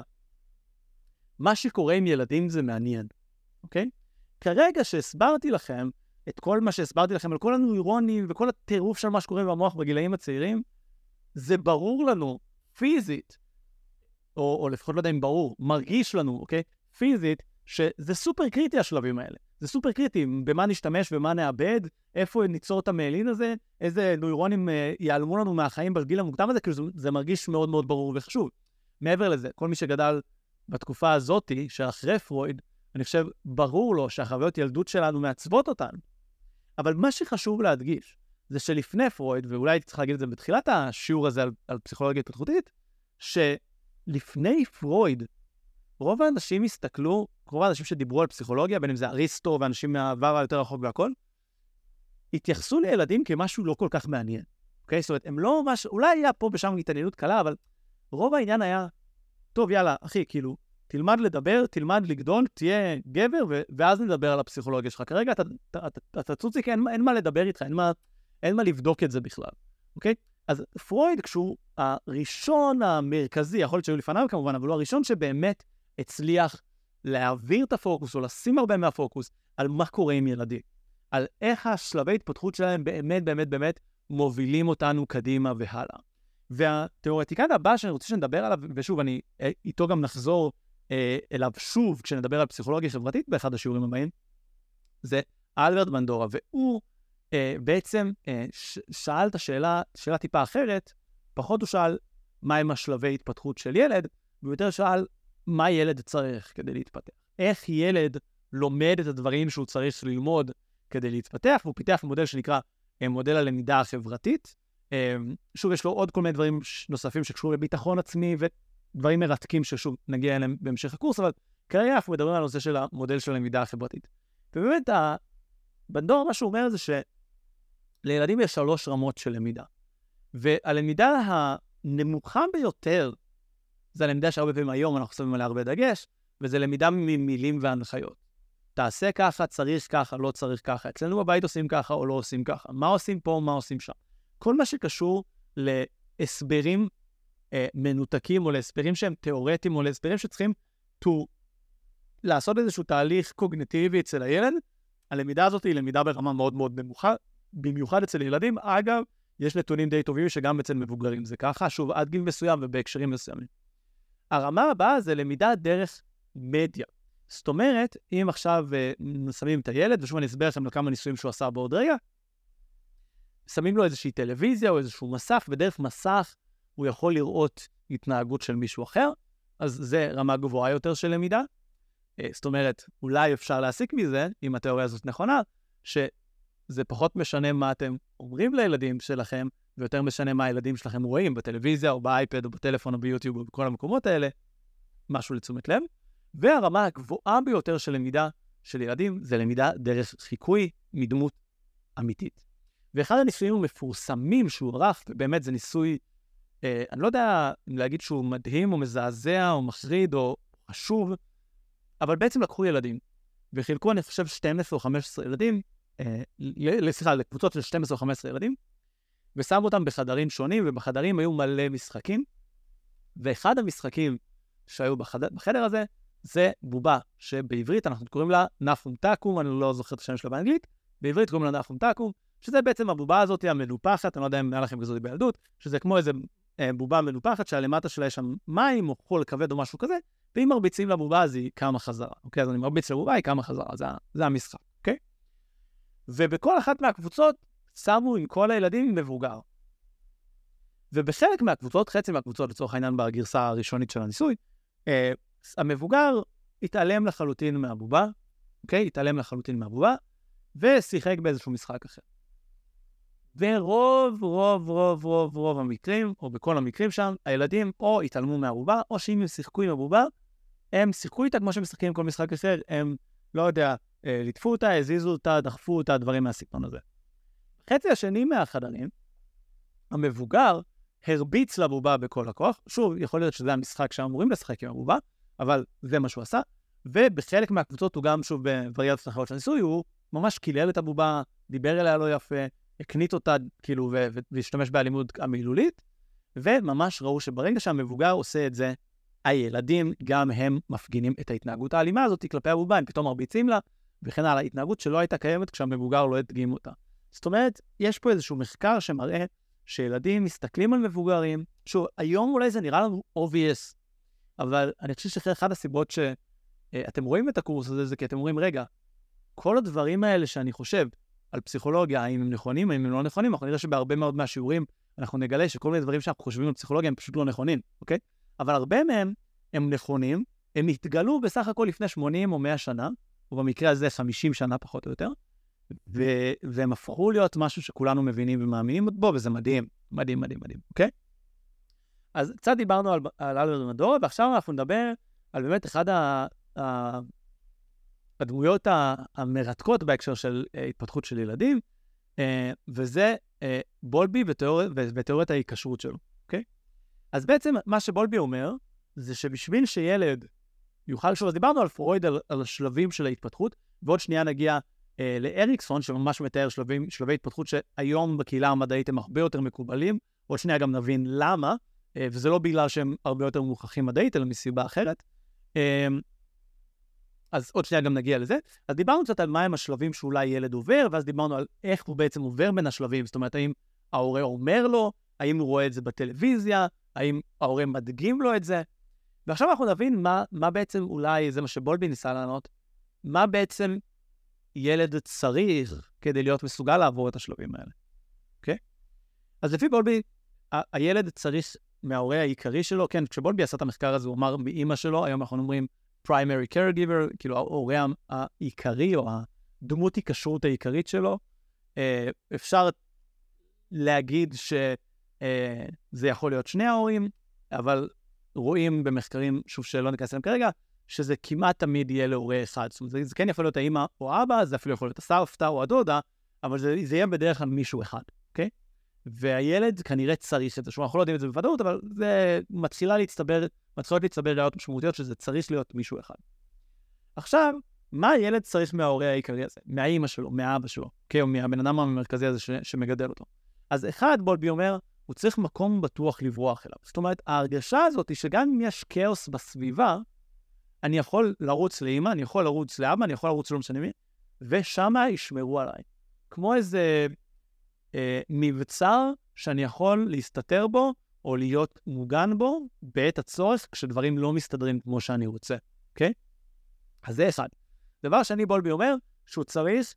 מה שקורה עם ילדים זה מעניין, אוקיי? כרגע שהסברתי לכם את כל מה שהסברתי לכם על כל הנוירונים וכל הטירוף של מה שקורה במוח בגילאים הצעירים, זה ברור לנו פיזית, או לפחות לא יודע אם ברור, מרגיש לנו, אוקיי? פיזית, שזה סופר קריטי השלבים האלה. זה סופר קריטי, במה נשתמש ומה נאבד, איפה ניצור את המעלין הזה, איזה נוירונים ייעלמו לנו מהחיים בגיל המוקדם הזה, כאילו זה מרגיש מאוד מאוד ברור וחשוב. מעבר לזה, כל מי שגדל בתקופה הזאת, שאחרי פרויד, אני חושב, ברור לו שהחוויות ילדות שלנו מעצבות אותנו. אבל מה שחשוב להדגיש, זה שלפני פרויד, ואולי צריך להגיד את זה בתחילת השיעור הזה על פסיכולוגיה התפתחותית, שלפני פרויד, רוב האנשים הסתכלו, רוב האנשים שדיברו על פסיכולוגיה, בין אם זה אריסטו ואנשים מהעבר היותר רחוק והכל, התייחסו לילדים כמשהו לא כל כך מעניין. אוקיי? זאת אומרת, הם לא ממש, אולי היה פה ושם התעניינות קלה, אבל רוב העניין היה, טוב, יאללה, אחי, כאילו, תלמד לדבר, תלמד לגדול, תהיה גבר, ואז נדבר על הפסיכולוגיה שלך. כרגע אתה צוציק, אין מה לדבר איתך, אין מה לבדוק את זה בכלל. אוקיי? אז פרויד, כשהוא הראשון המרכזי, יכול להיות שהיו לפניו כמובן, אבל הוא הראשון שבאמת הצליח להעביר את הפוקוס, או לשים הרבה מהפוקוס, על מה קורה עם ילדים. על איך השלבי התפתחות שלהם באמת, באמת, באמת, מובילים אותנו קדימה והלאה. והתיאורטיקן הבא שאני רוצה שנדבר עליו, ושוב, איתו גם נחזור אליו שוב, כשנדבר על פסיכולוגיה חברתית באחד השיעורים הבאים, זה אלברט בנדורה, והוא בעצם שאל את השאלה טיפה אחרת, פחות הוא שאל מהם השלבי התפתחות של ילד, ויותר שאל מה ילד צריך כדי להתפתח. איך ילד לומד את הדברים שהוא צריך ללמוד כדי להתפתח, והוא פיתח מודל שנקרא מודל הלמידה החברתית. שוב, יש לו עוד כל מיני דברים נוספים שקשורים לביטחון עצמי, ודברים מרתקים ששוב נגיע אליהם בהמשך הקורס, אבל כרגע אנחנו מדברים על הנושא של המודל של הלמידה החברתית. ובאמת, בנדורה מה שהוא אומר זה שלילדים יש 3 רמות של למידה. והלמידה הנמוכה ביותר, זה הלמידה שהרבה פעמים היום אנחנו שמים עליה הרבה דגש, וזה למידה ממילים והנחיות. תעשה ככה, צריך ככה, לא צריך ככה. אצלנו בבית עושים ככה או לא עושים ככה. מה עושים פה, מה עושים שם. כל מה שקשור להסברים מנותקים, או להסברים שהם תיאורטיים, או להסברים שצריכים לעשות איזשהו תהליך קוגניטיבי אצל הילד, הלמידה הזאת היא למידה ברמה מאוד מאוד נמוכה, במיוחד אצל ילדים. אגב, יש נתונים די טובים שגם אצל מבוגרים זה ככה, שוב, עד גיל מסוים ובהקשרים מסוימים. הרמה הבאה זה למידה דרך מדיה. זאת אומרת, אם עכשיו שמים את הילד, ושוב אני אסבר לכם לכמה ניסויים שהוא עשה בעוד רגע, שמים לו איזושהי טלוויזיה או איזשהו מסך, ודרך מסך הוא יכול לראות התנהגות של מישהו אחר, אז זה רמה גבוהה יותר של למידה. זאת אומרת, אולי אפשר להסיק מזה, אם התיאוריה הזאת נכונה, שזה פחות משנה מה אתם אומרים לילדים שלכם, ויותר משנה מה הילדים שלכם רואים בטלוויזיה, או באייפד, או בטלפון, או ביוטיוב, או בכל המקומות האלה, משהו לתשומת לב. והרמה הגבוהה ביותר של למידה של ילדים, זה למידה דרך חיקוי מדמות אמיתית. ואחד הניסויים המפורסמים שהוא ערך, ובאמת זה ניסוי, אני לא יודע אם להגיד שהוא מדהים, או מזעזע, או מחריד, או חשוב, אבל בעצם לקחו ילדים, וחילקו, אני חושב, 12 או 15 ילדים, לקבוצות של 12 או 15 ילדים, ושמו אותם בחדרים שונים, ובחדרים היו מלא משחקים, ואחד המשחקים שהיו בחדר הזה, זה בובה, שבעברית אנחנו קוראים לה נפום טקום, אני לא זוכר את השם שלה באנגלית, בעברית קוראים לה נפום טקום, שזה בעצם הבובה הזאת המנופחת, אני לא יודע אם היה לכם כזאת בילדות, שזה כמו איזה בובה מנופחת, שהלמטה שלה יש שם מים, או חול כבד או משהו כזה, ואם מרביצים לבובה, אז היא קמה חזרה. אוקיי, אז אני מרביץ לבובה, היא קמה חזרה, זה המשחק, אוקיי? ובכל אחת מהקבוצות, שמו עם כל הילדים מבוגר. ובחלק מהקבוצות, חצי מהקבוצות, לצורך העניין בגרסה הראשונית של הניסוי, המבוגר התעלם לחלוטין מהבובה, אוקיי? התעלם לחלוטין מהבובה, ושיחק באיזשהו משחק אחר. ורוב המקרים, או בכל המקרים שם, הילדים או התעלמו מהבובה, או שאם הם שיחקו עם הבובה, הם שיחקו איתה כמו שהם משחקים עם כל משחק אחר, הם, לא יודע, ליטפו אותה, הזיזו אותה, דחפו אותה, דברים מהסגנון הזה. חצי השני מהחדרים, המבוגר הרביץ לבובה בכל הכוח, שוב, יכול להיות שזה המשחק שאמורים לשחק עם הבובה, אבל זה מה שהוא עשה, ובחלק מהקבוצות הוא גם, שוב, בווריאציות אחרות של הניסוי, הוא ממש קילל את הבובה, דיבר אליה לא יפה, הקנית אותה, כאילו, והשתמש באלימות המילולית, וממש ראו שברגע שהמבוגר עושה את זה, הילדים גם הם מפגינים את ההתנהגות האלימה הזאת כלפי הבובה, הם פתאום מרביצים לה, וכן הלאה, התנהגות שלא הייתה קיימת כשהמבוגר לא הדגים אותה. זאת אומרת, יש פה איזשהו מחקר שמראה שילדים מסתכלים על מבוגרים, שוב, היום אולי זה נראה לנו obvious, אבל אני חושב שאחד הסיבות שאתם רואים את הקורס הזה, זה כי אתם אומרים, רגע, כל הדברים האלה שאני חושב על פסיכולוגיה, האם הם נכונים, האם הם לא נכונים, אנחנו נראה שבהרבה מאוד מהשיעורים אנחנו נגלה שכל מיני דברים שאנחנו חושבים על פסיכולוגיה הם פשוט לא נכונים, אוקיי? אבל הרבה מהם הם נכונים, הם התגלו בסך הכל לפני 80 או 100 שנה, ובמקרה הזה 50 שנה פחות או יותר, והם הפכו להיות משהו שכולנו מבינים ומאמינים בו, וזה מדהים, מדהים, מדהים, מדהים, אוקיי? אז קצת דיברנו על אלברט בנדורה, ועכשיו אנחנו נדבר על באמת אחד הדמויות המרתקות בהקשר של התפתחות של ילדים, וזה בולבי ותיאוריית ההיקשרות שלו, אוקיי? אז בעצם מה שבולבי אומר, זה שבשביל שילד יוכל, אז דיברנו על פרויד, על השלבים של ההתפתחות, ועוד שנייה נגיע לאריקסון, שממש מתאר שלבי התפתחות שהיום בקהילה המדעית הם הרבה יותר מקובלים, עוד שנייה גם נבין למה, וזה לא בגלל שהם הרבה יותר מוכחים מדעית, אלא מסיבה אחרת. אז עוד שנייה גם נגיע לזה. אז דיברנו קצת על מהם השלבים שאולי ילד עובר, ואז דיברנו על איך הוא בעצם עובר בין השלבים. זאת אומרת, האם ההורה אומר לו, האם הוא רואה את זה בטלוויזיה, האם ההורה מדגים לו את זה. ועכשיו אנחנו נבין מה בעצם אולי, זה מה שבולבי ניסה לענות, מה בעצם ילד צריך כדי להיות מסוגל לעבור את השלבים האלה. אוקיי? אז לפי בולבי, הילד צריך מההורה העיקרי שלו, כן, כשבולבי עשה את המחקר הזה, הוא אמר מאמא שלו, היום אנחנו אומרים primary caregiver, כאילו ההורה העיקרי, או הדמות היקשרות העיקרית שלו. אפשר להגיד שזה יכול להיות שני ההורים, אבל רואים במחקרים, שוב שלא ניכנס להם כרגע, שזה כמעט תמיד יהיה להורה אחד. זאת אומרת, זה כן יכול להיות האמא או אבא, זה אפילו יכול להיות הסבתא או הדודה, אבל זה יהיה בדרך כלל מישהו אחד, אוקיי? והילד כנראה צריך את זה. אנחנו לא יודעים את זה בוודאות, אבל זה מתחילות להצטבר ראיות משמעותיות שזה צריך להיות מישהו אחד. עכשיו, מה הילד צריך מההורה העיקרי הזה? מהאמא שלו, מהאבא שלו, אוקיי? או מהבן אדם המרכזי הזה שמגדל אותו. אז אחד, בולבי אומר, הוא צריך מקום בטוח לברוח אליו. זאת אומרת, ההרגשה הזאת היא שגם אם יש כאוס בסביבה, אני יכול לרוץ לאמא, אני יכול לרוץ לאבא, אני יכול לרוץ לא משנה מי, ושמה ישמרו עליי. כמו איזה מבצר שאני יכול להסתתר בו, או להיות מוגן בו, בעת הצורך, כשדברים לא מסתדרים כמו שאני רוצה. אוקיי? אז זה אחד. דבר שני, בולבי אומר, שהוא צריך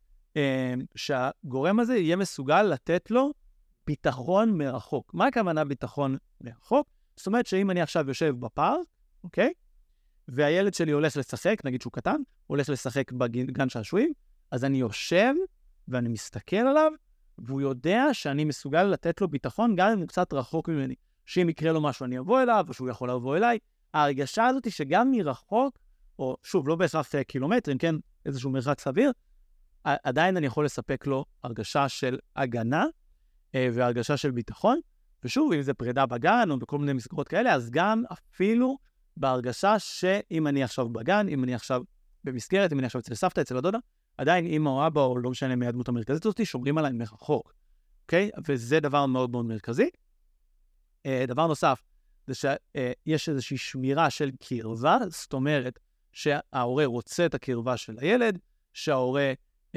שהגורם הזה יהיה מסוגל לתת לו ביטחון מרחוק. מה הכוונה ביטחון מרחוק? זאת אומרת שאם אני עכשיו יושב בפארק, אוקיי? והילד שלי הולך לשחק, נגיד שהוא קטן, הולך לשחק בגן שעשועים, אז אני יושב ואני מסתכל עליו, והוא יודע שאני מסוגל לתת לו ביטחון, גם אם הוא קצת רחוק ממני. שאם יקרה לו משהו אני אבוא אליו, או שהוא יכול לבוא אליי. ההרגשה הזאת היא שגם מרחוק, או שוב, לא בהכרח קילומטרים, כן, איזשהו מרחק סביר, עדיין אני יכול לספק לו הרגשה של הגנה, והרגשה של ביטחון, ושוב, אם זה פרידה בגן, או בכל מיני מסגרות כאלה, אז גם אפילו בהרגשה שאם אני עכשיו בגן, אם אני עכשיו במסגרת, אם אני עכשיו אצל סבתא, אצל הדודה, עדיין אמא או אבא, או לא משנה מהדמות המרכזית הזאת, שומרים עליי מרחוק, אוקיי? וזה דבר מאוד מאוד מרכזי. דבר נוסף, זה שיש איזושהי שמירה של קרבה, זאת אומרת שההורה רוצה את הקרבה של הילד, שההורה,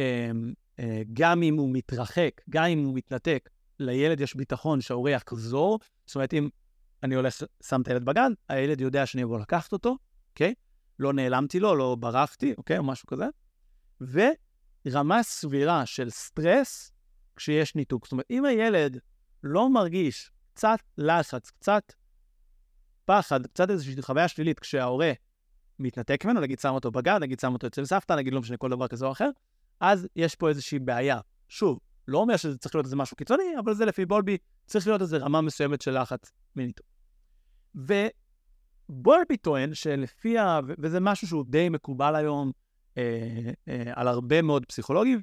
גם אם הוא מתרחק, גם אם הוא מתנתק, לילד יש ביטחון שההורה יחזור, זאת אומרת, אם אני הולך, שם את הילד בגן, הילד יודע שאני אבוא לקחת אותו, אוקיי? לא נעלמתי לו, לא ברחתי, אוקיי? או משהו כזה. ורמה סבירה של סטרס כשיש ניתוק. זאת אומרת, אם הילד לא מרגיש קצת לחץ, קצת פחד, קצת איזושהי חוויה שלילית כשההורה מתנתק ממנו, נגיד שם אותו בגן, נגיד שם אותו אצל סבתא, נגיד לא משנה כל דבר כזה או אחר, אז יש פה איזושהי בעיה. שוב, לא אומר שזה צריך להיות איזה משהו קיצוני, אבל זה לפי בולבי צריך להיות איזו רמה מסוימת של לחץ מניתוק. ובולבי טוען שלפי, וזה משהו שהוא די מקובל היום על הרבה מאוד פסיכולוגים,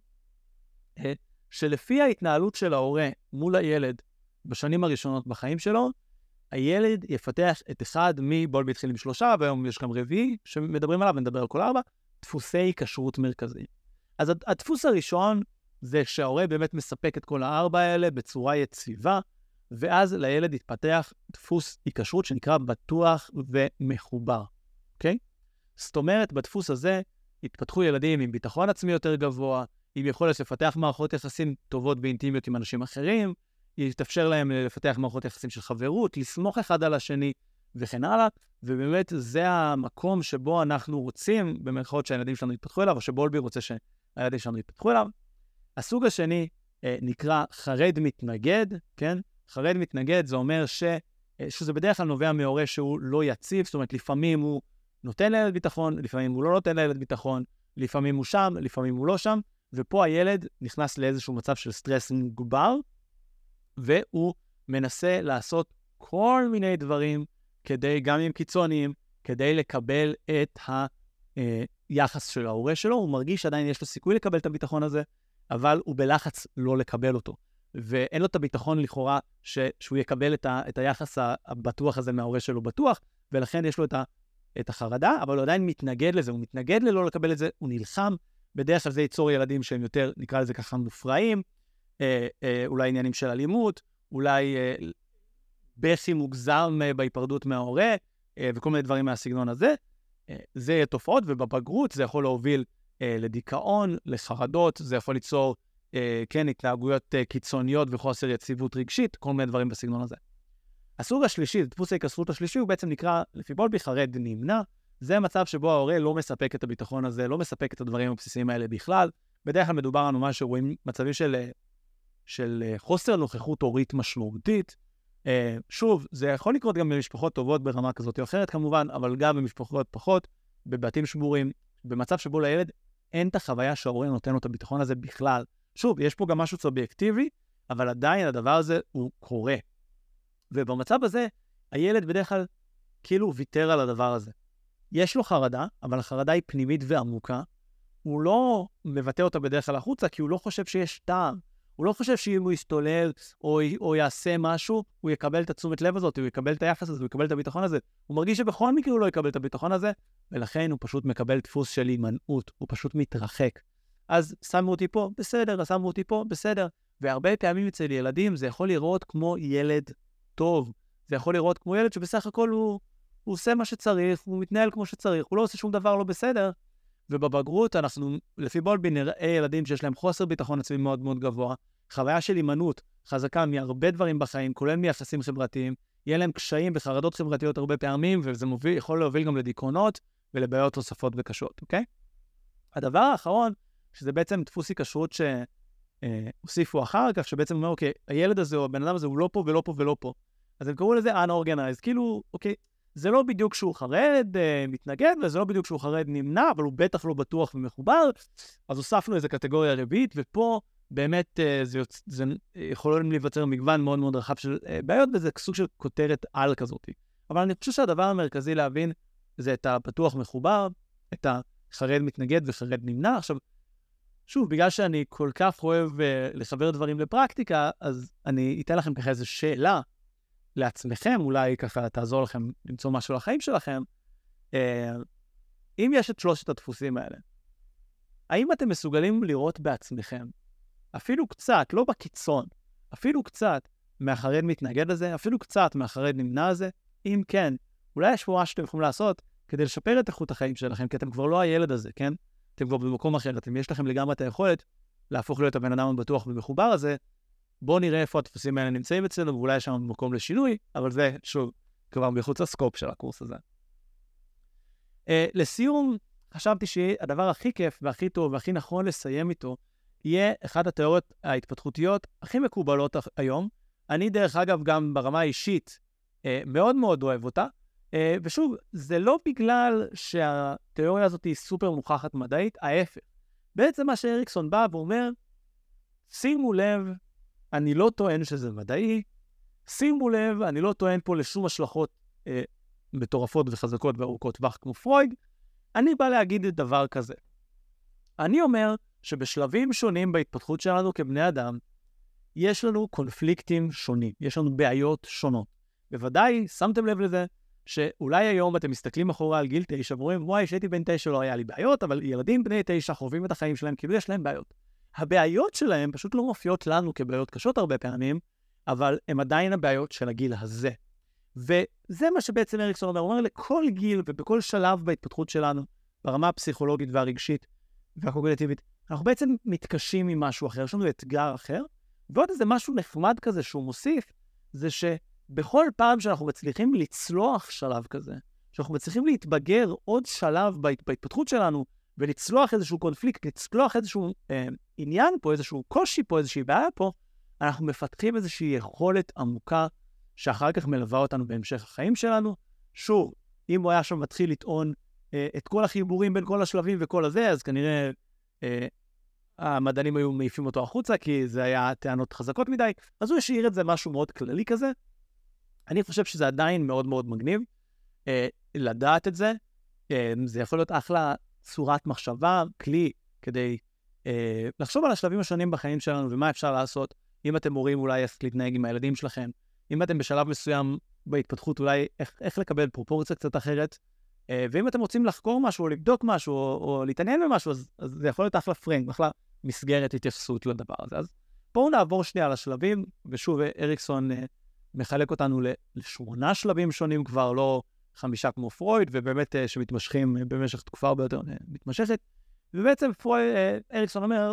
שלפי ההתנהלות של ההורה מול הילד בשנים הראשונות בחיים שלו, הילד יפתח את אחד מבולבי התחיל עם 3, והיום יש גם רביעי שמדברים עליו, ונדבר על כל 4, דפוסי כשרות מרכזיים. אז הדפוס הראשון זה שההורה באמת מספק את כל 4 האלה בצורה יציבה, ואז לילד יתפתח דפוס היקשרות שנקרא בטוח ומחובר, אוקיי? זאת אומרת, בדפוס הזה התפתחו ילדים עם ביטחון עצמי יותר גבוה, עם יכולת לפתח מערכות יחסים טובות ואינטימיות עם אנשים אחרים, יתאפשר להם לפתח מערכות יחסים של חברות, לסמוך אחד על השני וכן הלאה, ובאמת זה המקום שבו אנחנו רוצים, במרכאות שהילדים שלנו יתפתחו אליו, או שבולבי רוצה שהילדים שלנו יתפתחו אליו. הסוג השני נקרא חרד מתנגד, כן? חרד מתנגד זה אומר שזה בדרך כלל נובע מהורה שהוא לא יציב, זאת אומרת לפעמים הוא נותן לילד ביטחון, לפעמים הוא לא נותן לילד ביטחון, לפעמים הוא שם, לפעמים הוא לא שם, ופה הילד נכנס לאיזשהו מצב של סטרס מוגבר, והוא מנסה לעשות כל מיני דברים כדי, גם עם קיצוניים, כדי לקבל את היחס של ההורה שלו. הוא מרגיש שעדיין יש לו סיכוי לקבל את הביטחון הזה, אבל הוא בלחץ לא לקבל אותו. ואין לו את הביטחון לכאורה שהוא יקבל את היחס הבטוח הזה מההורה שלו בטוח, ולכן יש לו את החרדה, אבל הוא עדיין מתנגד לזה, הוא מתנגד ללא לקבל את זה, הוא נלחם. בדרך כלל זה ייצור ילדים שהם יותר, נקרא לזה ככה, מופרעים, אולי עניינים של אלימות, אולי בכי מוגזם בהיפרדות מההורה, וכל מיני דברים מהסגנון הזה. זה יהיה תופעות, ובבגרות זה יכול להוביל לדיכאון, לחרדות, זה יכול ליצור, כן, התנהגויות קיצוניות וחוסר יציבות רגשית, כל מיני דברים בסגנון הזה. הסוג השלישי, דפוס ההיקשרות השלישי, הוא בעצם נקרא, לפי בולבי, חרד נמנע. זה מצב שבו ההורה לא מספק את הביטחון הזה, לא מספק את הדברים הבסיסיים האלה בכלל. בדרך כלל מדובר על ממש שרואים מצבים של חוסר נוכחות הורית משמעותית. שוב, זה יכול לקרות גם במשפחות טובות ברמה כזאת או אחרת כמובן, אבל גם במשפחות פחות, בבתים שבורים, במצב שבו לילד אין את החוויה שההורה נותן לו את הביטחון הזה בכלל. שוב, יש פה גם משהו סובייקטיבי, אבל עדיין הדבר הזה הוא קורה. ובמצב הזה, הילד בדרך כלל כאילו ויתר על הדבר הזה. יש לו חרדה, אבל החרדה היא פנימית ועמוקה. הוא לא מבטא אותה בדרך כלל החוצה, כי הוא לא חושב שיש טעם. הוא לא חושב שאם הוא יסתולל או יעשה משהו, הוא יקבל את התשומת לב הזאת, הוא יקבל את היחס הזה, הוא יקבל את הביטחון הזה. הוא מרגיש שבכל מקרה הוא לא יקבל את הביטחון הזה, ולכן הוא פשוט מקבל דפוס של הימנעות, הוא פשוט מתרחק. אז שמו אותי פה, בסדר, שמו אותי פה, בסדר. והרבה פעמים אצל ילדים זה יכול לראות כמו ילד טוב. זה יכול לראות כמו ילד שבסך הכל הוא עושה מה שצריך, הוא מתנהל כמו שצריך, הוא לא עושה שום דבר לא בסדר. ובבגרות אנחנו, לפי בולבי, נראה ילדים שיש להם חוסר ביטחון עצמי מאוד מאוד גבוה, חוויה של הימנעות חזקה מהרבה דברים בחיים, כולל מיחסים חברתיים, יהיה להם קשיים וחרדות חברתיות הרבה פעמים, וזה יכול להוביל גם לדיכאונות ולבעיות תוספות וקשות, אוקיי? הדבר האחרון, שזה בעצם דפוס היקשרות שהוסיפו אחר כך, שבעצם אומר, אוקיי, הילד הזה או הבן אדם הזה הוא לא פה ולא פה ולא פה. אז הם קראו לזה unorganized, כאילו, אוקיי, זה לא בדיוק שהוא חרד, מתנגד, וזה לא בדיוק שהוא חרד נמנע, אבל הוא בטח לא בטוח ומחובר, אז הוספנו איזו קטגוריה רביעית, ופה באמת זה יכול להיווצר מגוון מאוד מאוד רחב של בעיות, וזה סוג של כותרת על כזאת. אבל אני חושב שהדבר המרכזי להבין זה את הפתוח מחובר, את החרד מתנגד וחרד נמנע. עכשיו, שוב, בגלל שאני כל כך אוהב לחבר דברים לפרקטיקה, אז אני אתן לכם ככה איזו שאלה לעצמכם, אולי ככה תעזור לכם למצוא משהו לחיים שלכם. אם יש את שלושת הדפוסים האלה, האם אתם מסוגלים לראות בעצמכם, אפילו קצת, לא בקיצון, אפילו קצת מהחרד מתנגד הזה, אפילו קצת מהחרד נמנע הזה? אם כן, אולי יש פה מה שאתם יכולים לעשות כדי לשפר את איכות החיים שלכם, כי אתם כבר לא הילד הזה, כן? אתם כבר במקום אחר, יש לכם לגמרי את היכולת להפוך להיות הבן אדם הבטוח ומחובר הזה. בואו נראה איפה הדפוסים האלה נמצאים אצלנו, ואולי יש שם מקום לשינוי, אבל זה, שוב, כבר מחוץ לסקופ של הקורס הזה. לסיום, חשבתי שהדבר הכי כיף והכי טוב והכי נכון לסיים איתו, יהיה אחת התיאוריות ההתפתחותיות הכי מקובלות היום. אני דרך אגב גם ברמה האישית מאוד מאוד אוהב אותה, ושוב, זה לא בגלל שהתיאוריה הזאת היא סופר מוכחת מדעית, ההפך. בעצם מה שאריקסון בא ואומר, שימו לב, אני לא טוען שזה מדעי, שימו לב, אני לא טוען פה לשום השלכות מטורפות וחזקות וארוכות טווח כמו פרויד, אני בא להגיד את דבר כזה. אני אומר שבשלבים שונים בהתפתחות שלנו כבני אדם, יש לנו קונפליקטים שונים, יש לנו בעיות שונות. בוודאי, שמתם לב לזה, שאולי היום אתם מסתכלים אחורה על גיל 9, ואומרים, וואי, שהייתי בן 9 לא היה לי בעיות, אבל ילדים בני 9 חווים את החיים שלהם, כאילו יש להם בעיות. הבעיות שלהם פשוט לא מופיעות לנו כבעיות קשות הרבה פעמים, אבל הם עדיין הבעיות של הגיל הזה. וזה מה שבעצם אריקסון אומר, הוא אומר לכל גיל ובכל שלב בהתפתחות שלנו, ברמה הפסיכולוגית והרגשית והקוגניטיבית, אנחנו בעצם מתקשים עם משהו אחר, יש לנו אתגר אחר, ועוד איזה משהו נחמד כזה שהוא מוסיף, זה שבכל פעם שאנחנו מצליחים לצלוח שלב כזה, שאנחנו מצליחים להתבגר עוד שלב בהתפתחות שלנו, ולצלוח איזשהו קונפליקט, לצלוח איזשהו עניין פה, איזשהו קושי פה, איזושהי בעיה פה, אנחנו מפתחים איזושהי יכולת עמוקה שאחר כך מלווה אותנו בהמשך החיים שלנו. שוב, אם הוא היה שם מתחיל לטעון את כל החיבורים בין כל השלבים וכל הזה, אז כנראה המדענים היו מעיפים אותו החוצה, כי זה היה טענות חזקות מדי, אז הוא השאיר את זה משהו מאוד כללי כזה. אני חושב שזה עדיין מאוד מאוד מגניב לדעת את זה. זה יכול להיות אחלה צורת מחשבה, כלי, כדי לחשוב על השלבים השונים בחיים שלנו ומה אפשר לעשות. אם אתם מורים, אולי איך להתנהג עם הילדים שלכם. אם אתם בשלב מסוים בהתפתחות, אולי איך לקבל פרופורציה קצת אחרת. ואם אתם רוצים לחקור משהו, או לבדוק משהו, או להתעניין במשהו, אז זה יכול להיות אחלה פרנק, אחלה מסגרת התייחסות לדבר הזה. אז בואו נעבור שנייה לשלבים, ושוב, אריקסון מחלק אותנו ל8 שלבים שונים כבר, לא 5 כמו פרויד, ובאמת שמתמשכים במשך תקופה הרבה יותר מתמשכת. ובעצם אריקסון אומר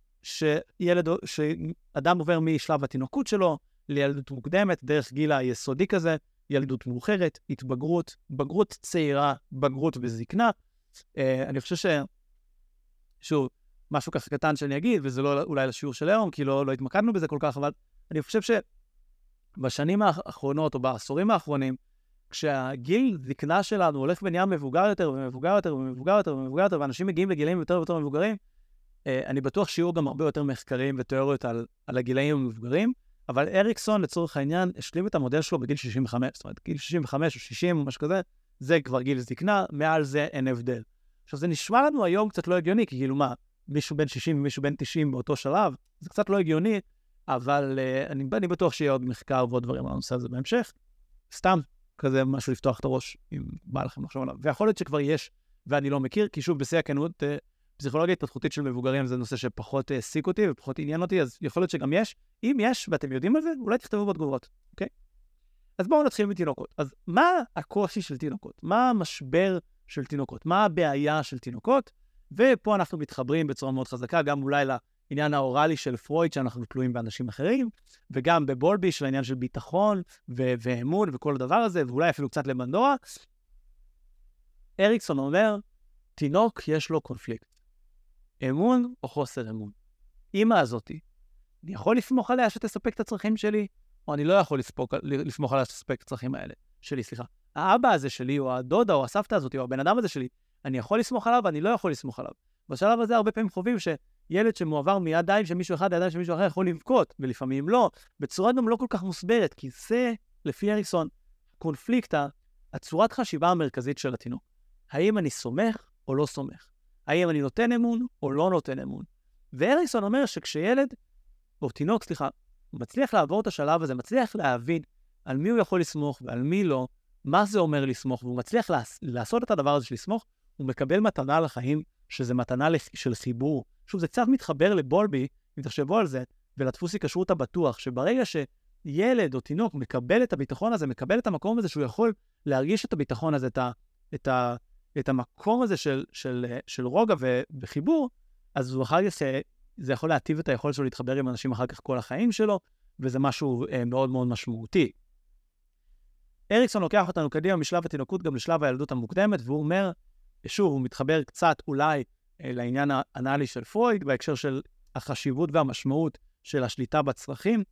שאדם עובר משלב התינוקות שלו לילדות מוקדמת, דרך גיל היסודי כזה, ילדות מאוחרת, התבגרות, בגרות צעירה, בגרות וזקנה. אני חושב שוב, משהו ככה קטן שאני אגיד, וזה לא אולי לשיעור של היום, כי לא התמקדנו בזה כל כך, אבל אני חושב שבשנים האחרונות, או בעשורים האחרונים, כשהגיל זקנה שלנו הולך ונהיה מבוגר יותר, ומבוגר יותר, ומבוגר יותר, ומבוגר יותר, ואנשים מגיעים לגילאים יותר ויותר מבוגרים, אני בטוח שיהיו גם הרבה יותר מחקרים ותיאוריות על הגילאים המבוגרים, אבל אריקסון, לצורך העניין, השלים את המודל שלו בגיל 65, זאת אומרת, גיל 65 או 60 או משהו כזה, זה כבר גיל זקנה, מעל זה אין הבדל. עכשיו, זה נשמע לנו היום קצת לא הגיוני, כי כאילו מה, מישהו בן 60 ומישהו בן 90 באותו שלב, זה קצת לא הגיוני, אבל אני בטוח שיהיה עוד מחקר ועוד דברים על הנושא הזה בהמשך. סתם כזה משהו לפתוח את הראש, אם בא לכם לחשוב עליו. ויכול להיות שכבר יש, ואני לא מכיר, כי שוב, בשיא הכנות, פסיכולוגיה התפתחותית של מבוגרים זה נושא שפחות העסיק אותי ופחות עניין אותי, אז יכול להיות שגם יש. אם יש, ואתם יודעים על זה, אולי תכתבו בתגובות, אוקיי? אז בואו נתחיל מתינוקות. אז מה הקושי של תינוקות? מה המשבר של תינוקות? מה הבעיה של תינוקות? ופה אנחנו מתחברים בצורה מאוד חזקה, גם אולי לעניין האורלי של פרויד, שאנחנו תלויים באנשים אחרים, וגם בבולבי של העניין של ביטחון ואמון וכל הדבר הזה, ואולי אפילו קצת למנוע. אריקסון אומר, תינוק יש לו קונפליקט. אמון או חוסר אמון. אמא הזאתי, אני יכול לסמוך עליה שתספק את הצרכים שלי, או אני לא יכול לסמוך עליה שתספק את הצרכים האלה שלי, סליחה. האבא הזה שלי, או הדודה, או הסבתא הזאתי, או הבן אדם הזה שלי, אני יכול לסמוך עליו, ואני לא יכול לסמוך עליו. בשלב הזה הרבה פעמים חווים שילד שמועבר מידיים של מישהו אחד לידיים של מישהו אחר יכול לבכות, ולפעמים לא, בצורה גם לא כל כך מוסברת, כי זה, לפי אריקסון, קונפליקט, הצורת חשיבה המרכזית של התינוק. האם אני סומך או לא סומך? האם אני נותן אמון או לא נותן אמון? ואריקסון אומר שכשילד, או תינוק, סליחה, מצליח לעבור את השלב הזה, מצליח להבין על מי הוא יכול לסמוך ועל מי לא, מה זה אומר לסמוך, והוא מצליח לעשות את הדבר הזה של לסמוך, הוא מקבל מתנה לחיים, שזה מתנה של חיבור. שוב, זה קצת מתחבר לבולבי, אם תחשבו על זה, ולדפוס היקשרות הבטוח, שברגע שילד או תינוק מקבל את הביטחון הזה, מקבל את המקום הזה שהוא יכול להרגיש את הביטחון הזה, את המקום הזה של רוגע וחיבור, אז הוא אחר כך, זה יכול להטיב את היכולת שלו להתחבר עם אנשים אחר כך כל החיים שלו, וזה משהו מאוד מאוד משמעותי. אריקסון לוקח אותנו קדימה משלב התינוקות גם לשלב הילדות המוקדמת, והוא אומר, שוב, הוא מתחבר קצת אולי לעניין האנלי של פרויד, בהקשר של החשיבות והמשמעות של השליטה בצרכים,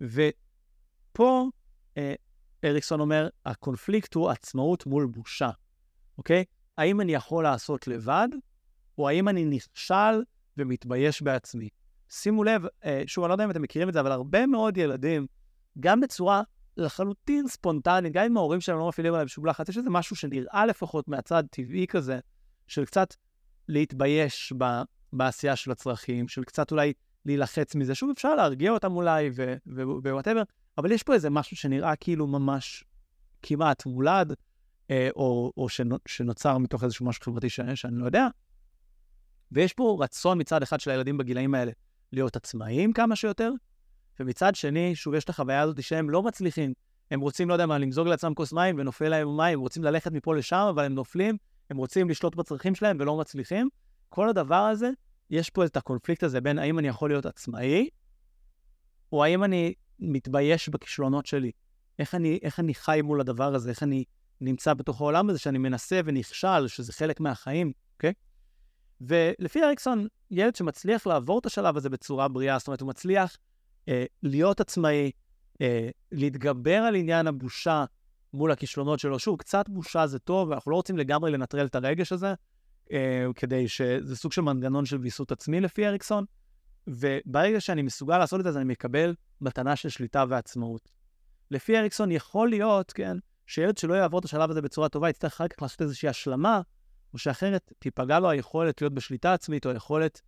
ופה אריקסון אומר, הקונפליקט הוא עצמאות מול בושה, אוקיי? האם אני יכול לעשות לבד, או האם אני נכשל ומתבייש בעצמי? שימו לב, שוב, אני לא יודע אם אתם מכירים את זה, אבל הרבה מאוד ילדים, גם בצורה לחלוטין ספונטנית, גם אם ההורים שלהם לא מפעילים עליהם שום לחץ, יש איזה משהו שנראה לפחות מהצד טבעי כזה, של קצת להתבייש בעשייה של הצרכים, של קצת אולי להילחץ מזה. שוב, אפשר להרגיע אותם אולי ווואטאבר, אבל יש פה איזה משהו שנראה כאילו ממש כמעט מולד, או שנוצר מתוך איזשהו משהו חברתי שאני לא יודע. ויש פה רצון מצד אחד של הילדים בגילאים האלה להיות עצמאיים כמה שיותר, ומצד שני, שוב, יש את החוויה הזאת שהם לא מצליחים. הם רוצים, לא יודע מה, למזוג לעצמם כוס מים ונופל להם מים, הם רוצים ללכת מפה לשם, אבל הם נופלים, הם רוצים לשלוט בצרכים שלהם ולא מצליחים. כל הדבר הזה, יש פה את הקונפליקט הזה בין האם אני יכול להיות עצמאי, או האם אני מתבייש בכישלונות שלי. איך אני חי מול הדבר הזה, איך אני נמצא בתוך העולם הזה שאני מנסה ונכשל, שזה חלק מהחיים, אוקיי? ולפי אריקסון, ילד שמצליח לעבור את השלב הזה בצורה בריאה, זאת אומרת, הוא מצליח להיות עצמאי, להתגבר על עניין הבושה מול הכישלונות שלו. שוב, קצת בושה זה טוב, ואנחנו לא רוצים לגמרי לנטרל את הרגש הזה, כדי שזה סוג של מנגנון של ויסות עצמי לפי אריקסון, וברגע שאני מסוגל לעשות את זה, אז אני מקבל מתנה של שליטה ועצמאות. לפי אריקסון יכול להיות, כן, שילד שלא יעבור את השלב הזה בצורה טובה, יצטרך אחר כך לעשות איזושהי השלמה, או שאחרת תיפגע לו היכולת להיות בשליטה עצמית, או היכולת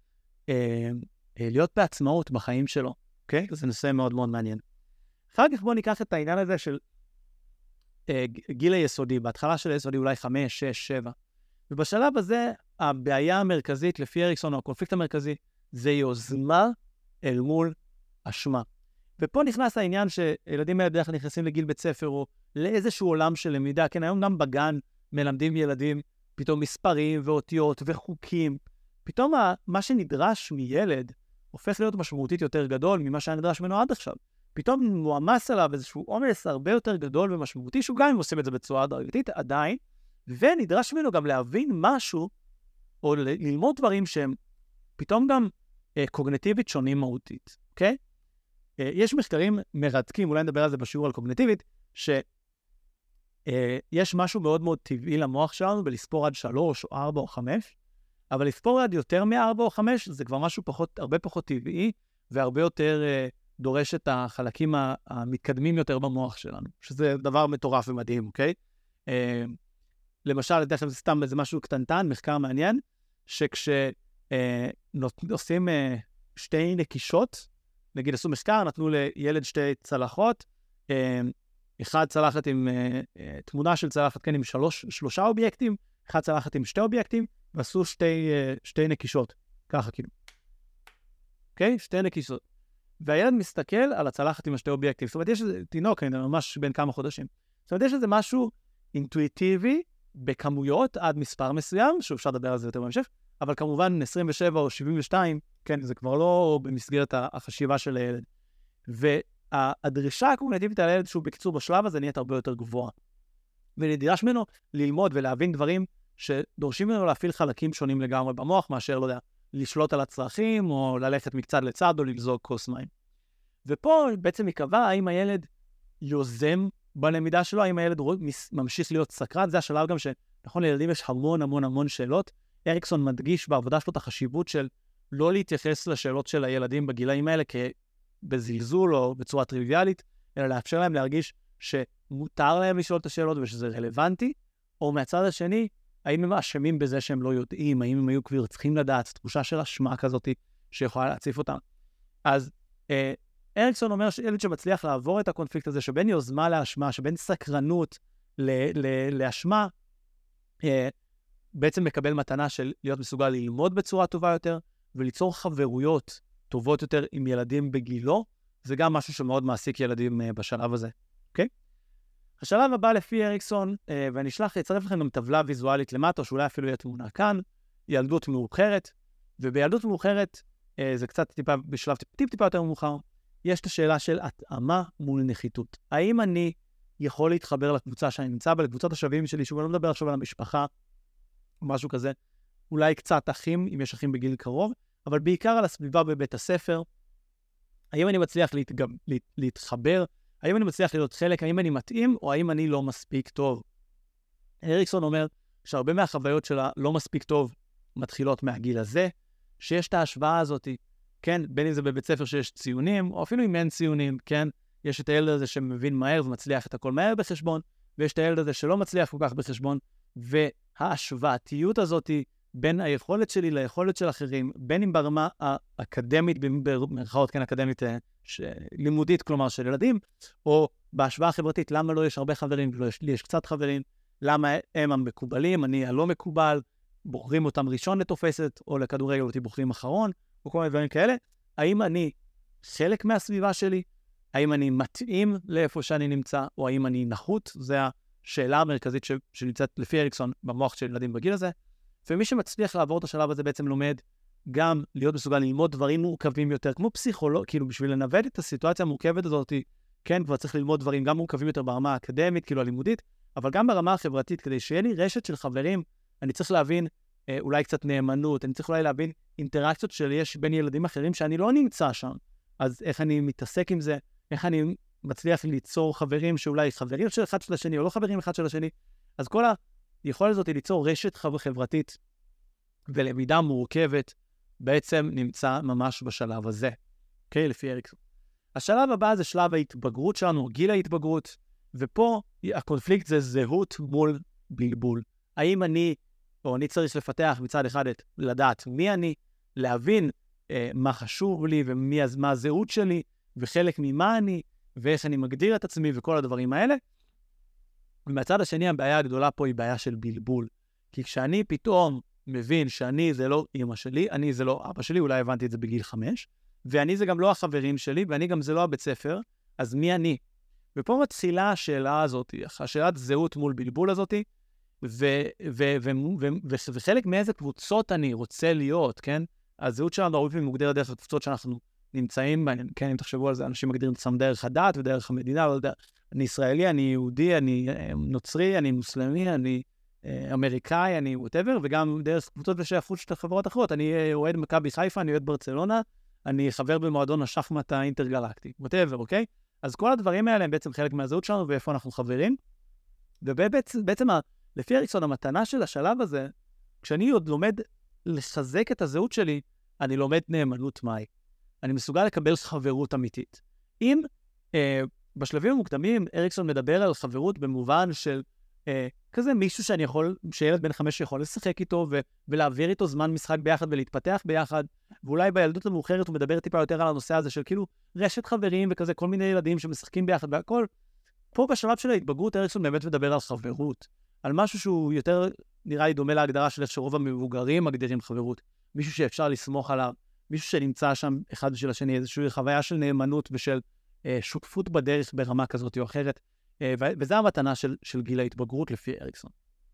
להיות בעצמאות בחיים שלו. אוקיי? זה נושא מאוד מאוד מעניין. אחר כך בואו ניקח את העניין הזה של גיל היסודי, בהתחלה של היסודי אולי 5, 6, 7. ובשלב הזה, הבעיה המרכזית, לפי אריקסון, או הקונפליקט המרכזי, זה יוזמה אל מול אשמה. ופה נכנס העניין שילדים האלה בדרך כלל נכנסים לגיל בית ספר, או לאיזשהו עולם של למידה. כן, היום גם בגן מלמדים ילדים פתאום מספרים ואותיות וחוקים. פתאום מה שנדרש מילד הופך להיות משמעותית יותר גדול ממה שהיה נדרש ממנו עד עכשיו. פתאום מועמס עליו איזשהו עומס הרבה יותר גדול ומשמעותי, שהוא גם אם עושים את זה בצורה הדרגתית עדיין, ונדרש ממנו גם להבין משהו, או ללמוד דברים שהם פתאום גם קוגניטיבית שונים מהותית, אוקיי? יש מחקרים מרתקים, אולי נדבר על זה בשיעור על קוגניטיבית, שיש משהו מאוד מאוד טבעי למוח שלנו בלספור עד 3 או 4 או 5, אבל לספור עד יותר מ-4 או 5 זה כבר משהו הרבה פחות טבעי, והרבה יותר דורש את החלקים המתקדמים יותר במוח שלנו, שזה דבר מטורף ומדהים, אוקיי? למשל, תכף זה סתם איזה משהו קטנטן, מחקר מעניין, שכשעושים שתי נקישות, נגיד עשו מחקר, נתנו לילד 2 צלחות, אחד צלחת עם תמונה של צלחת, כן, עם 3 אובייקטים, אחד צלחת עם 2 אובייקטים, ועשו שתי נקישות, ככה כאילו. אוקיי? 2 נקישות. והילד מסתכל על הצלחת עם 2 אובייקטים. זאת אומרת, יש איזה תינוק, ממש בין כמה חודשים. זאת אומרת, יש איזה משהו אינטואיטיבי, בכמויות עד מספר מסוים, שאפשר לדבר על זה יותר בהמשך, אבל כמובן 27 או 72, כן, זה כבר לא במסגרת החשיבה של הילד. והדרישה הקוגניטיבית על הילד, שהוא בקיצור בשלב הזה, נהיית הרבה יותר גבוהה. ונדרש ממנו ללמוד ולהבין דברים שדורשים ממנו להפעיל חלקים שונים לגמרי במוח, מאשר, לא יודע, לשלוט על הצרכים, או ללכת מקצת לצד, או לבזוג כוס מים. ופה בעצם יקבע האם הילד יוזם בלמידה שלו, האם הילד ממשיך להיות סקרן. זה השלב גם שנכון, לילדים יש המון שאלות. אריקסון מדגיש בעבודה שלו את החשיבות של לא להתייחס לשאלות של הילדים בגילאים האלה בזלזול או בצורה טריוויאלית, אלא לאפשר להם להרגיש שמותר להם לשאול את השאלות ושזה רלוונטי, או מהצד השני, האם הם אשמים בזה שהם לא יודעים, האם הם היו כבר צריכים לדעת, תחושה של אשמה כזאת שיכולה להציף אותם. אז אריקסון אומר שילד שמצליח לעבור את הקונפליקט הזה, שבין יוזמה לאשמה, שבין סקרנות לאשמה, בעצם מקבל מתנה של להיות מסוגל ללמוד בצורה טובה יותר, וליצור חברויות טובות יותר עם ילדים בגילו. זה גם משהו שמאוד מעסיק ילדים בשלב הזה, אוקיי? השלב הבא לפי אריקסון, ואני אצרף לכם גם טבלה ויזואלית למטה, שאולי אפילו יהיה תמונה כאן, ילדות מאוחרת, ובילדות מאוחרת, זה קצת בשלב טיפה יותר מאוחר, יש את השאלה של התאמה מול נחיתות. האם אני יכול להתחבר לקבוצה שאני נמצא בה, לקבוצת השווים שלי, שהוא לא מדבר עכשיו על המשפחה, או משהו כזה, אולי קצת אחים, אם יש אחים בגיל קרוב, אבל בעיקר על הסביבה בבית הספר. האם אני מצליח להתחבר? האם אני מצליח להיות חלק? האם אני מתאים, או האם אני לא מספיק טוב? אריקסון אומר שהרבה מהחוויות שלה לא מספיק טוב מתחילות מהגיל הזה, שיש את ההשוואה הזאת, כן, בין אם זה בבית ספר שיש ציונים, או אפילו אם אין ציונים, כן, יש את הילד הזה שמבין מהר ומצליח את הכל מהר בחשבון, ויש את הילד הזה שלא מצליח כל כך בחשבון, וההשוואתיות הזאת בין היכולת שלי ליכולת של אחרים, בין אם ברמה האקדמית, במרכאות כן אקדמית לימודית, כלומר של ילדים, או בהשוואה החברתית, למה לא יש הרבה חברים, לי יש קצת חברים, למה הם המקובלים, אני הלא מקובל, בוחרים אותם ראשון לתופסת, או לכדורגל אותי בוחרים אחרון, או כל מיני דברים כאלה. האם אני חלק מהסביבה שלי? האם אני מתאים לאיפה שאני נמצא, או האם אני נחות? זו השאלה המרכזית שנמצאת לפי אריקסון במוח של ילדים בגיל הזה. ומי שמצליח לעבור את השלב הזה בעצם לומד גם להיות מסוגל ללמוד דברים מורכבים יותר, כמו פסיכולוג, כאילו בשביל לנווט את הסיטואציה המורכבת הזאת, כן, כבר צריך ללמוד דברים גם מורכבים יותר ברמה האקדמית, כאילו הלימודית, אבל גם ברמה החברתית, כדי שיהיה לי רשת של חברים, אני צריך להבין אולי קצת נאמנות, אני צריך אולי להבין אינטראקציות שיש בין ילדים אחרים שאני לא נמצא שם. אז איך אני מתעסק עם זה, איך אני מצליח ליצור חברים שאולי חברים של אחד של השני, או לא חברים אחד של השני. אז כל היכולת הזאת ליצור רשת חברתית ולמידה מורכבת, בעצם נמצא ממש בשלב הזה. אוקיי? לפי אריקסון. השלב הבא זה שלב ההתבגרות שלנו, גיל ההתבגרות, ופה הקונפליקט זה זהות מול בלבול. האם אני צריך לפתח מצד אחד לדעת מי אני, להבין מה חשוב לי ומה הזהות שלי, וחלק ממה אני, ואיך אני מגדיר את עצמי וכל הדברים האלה. ומהצד השני, הבעיה הגדולה פה היא בעיה של בלבול. כי כשאני פתאום מבין שאני זה לא אמא שלי, אני זה לא אבא שלי, אולי הבנתי את זה בגיל 5, ואני זה גם לא החברים שלי, ואני גם זה לא הבית ספר, אז מי אני? ופה מתחילה השאלה הזאת, השאלת זהות מול בלבול הזאת, וחלק מאיזה קבוצות אני רוצה להיות, כן? הזהות שלנו הרבה פעמים מוגדרת דרך הקבוצות שאנחנו נמצאים בהן, כן? אם תחשבו על זה, אנשים מגדירים את עצמם דרך הדת ודרך המדינה, אני ישראלי, אני יהודי, אני נוצרי, אני מוסלמי, אני אמריקאי, אני whatever, וגם דרך קבוצות ושייכות של חברות אחרות. אני אוהד מכבי חיפה, אני אוהד ברצלונה, אני חבר במועדון השחמט האינטרגלקטי, whatever, אוקיי? אז כל הדברים האלה הם בעצם חלק מהזהות שלנו ואיפה אנחנו חברים. ובעצם, לפי אריקסון, המתנה של השלב הזה, כשאני עוד לומד לחזק את הזהות שלי, אני לומד נאמנות מהי. אני מסוגל לקבל חברות אמיתית. אם בשלבים המוקדמים, אריקסון מדבר על חברות במובן של כזה מישהו שילד בן 5 יכול לשחק איתו ולהעביר איתו זמן משחק ביחד ולהתפתח ביחד, ואולי בילדות המאוחרת הוא מדבר טיפה יותר על הנושא הזה של כאילו רשת חברים וכזה, כל מיני ילדים שמשחקים ביחד והכל. פה בשלב של ההתבגרות, אריקסון באמת מדבר על חברות, על משהו שהוא יותר נראה לי דומה להגדרה של איך שרוב המבוגרים מגדירים חברות. מישהו שאפשר לסמוך עליו, מישהו שנמצא שם אחד בשביל השני, איזושהי חוויה של נאמנות ושל שותפות בדרך ברמה כזאת או אחרת. וזו המתנה של גיל ההתבגרות לפי אריקסון.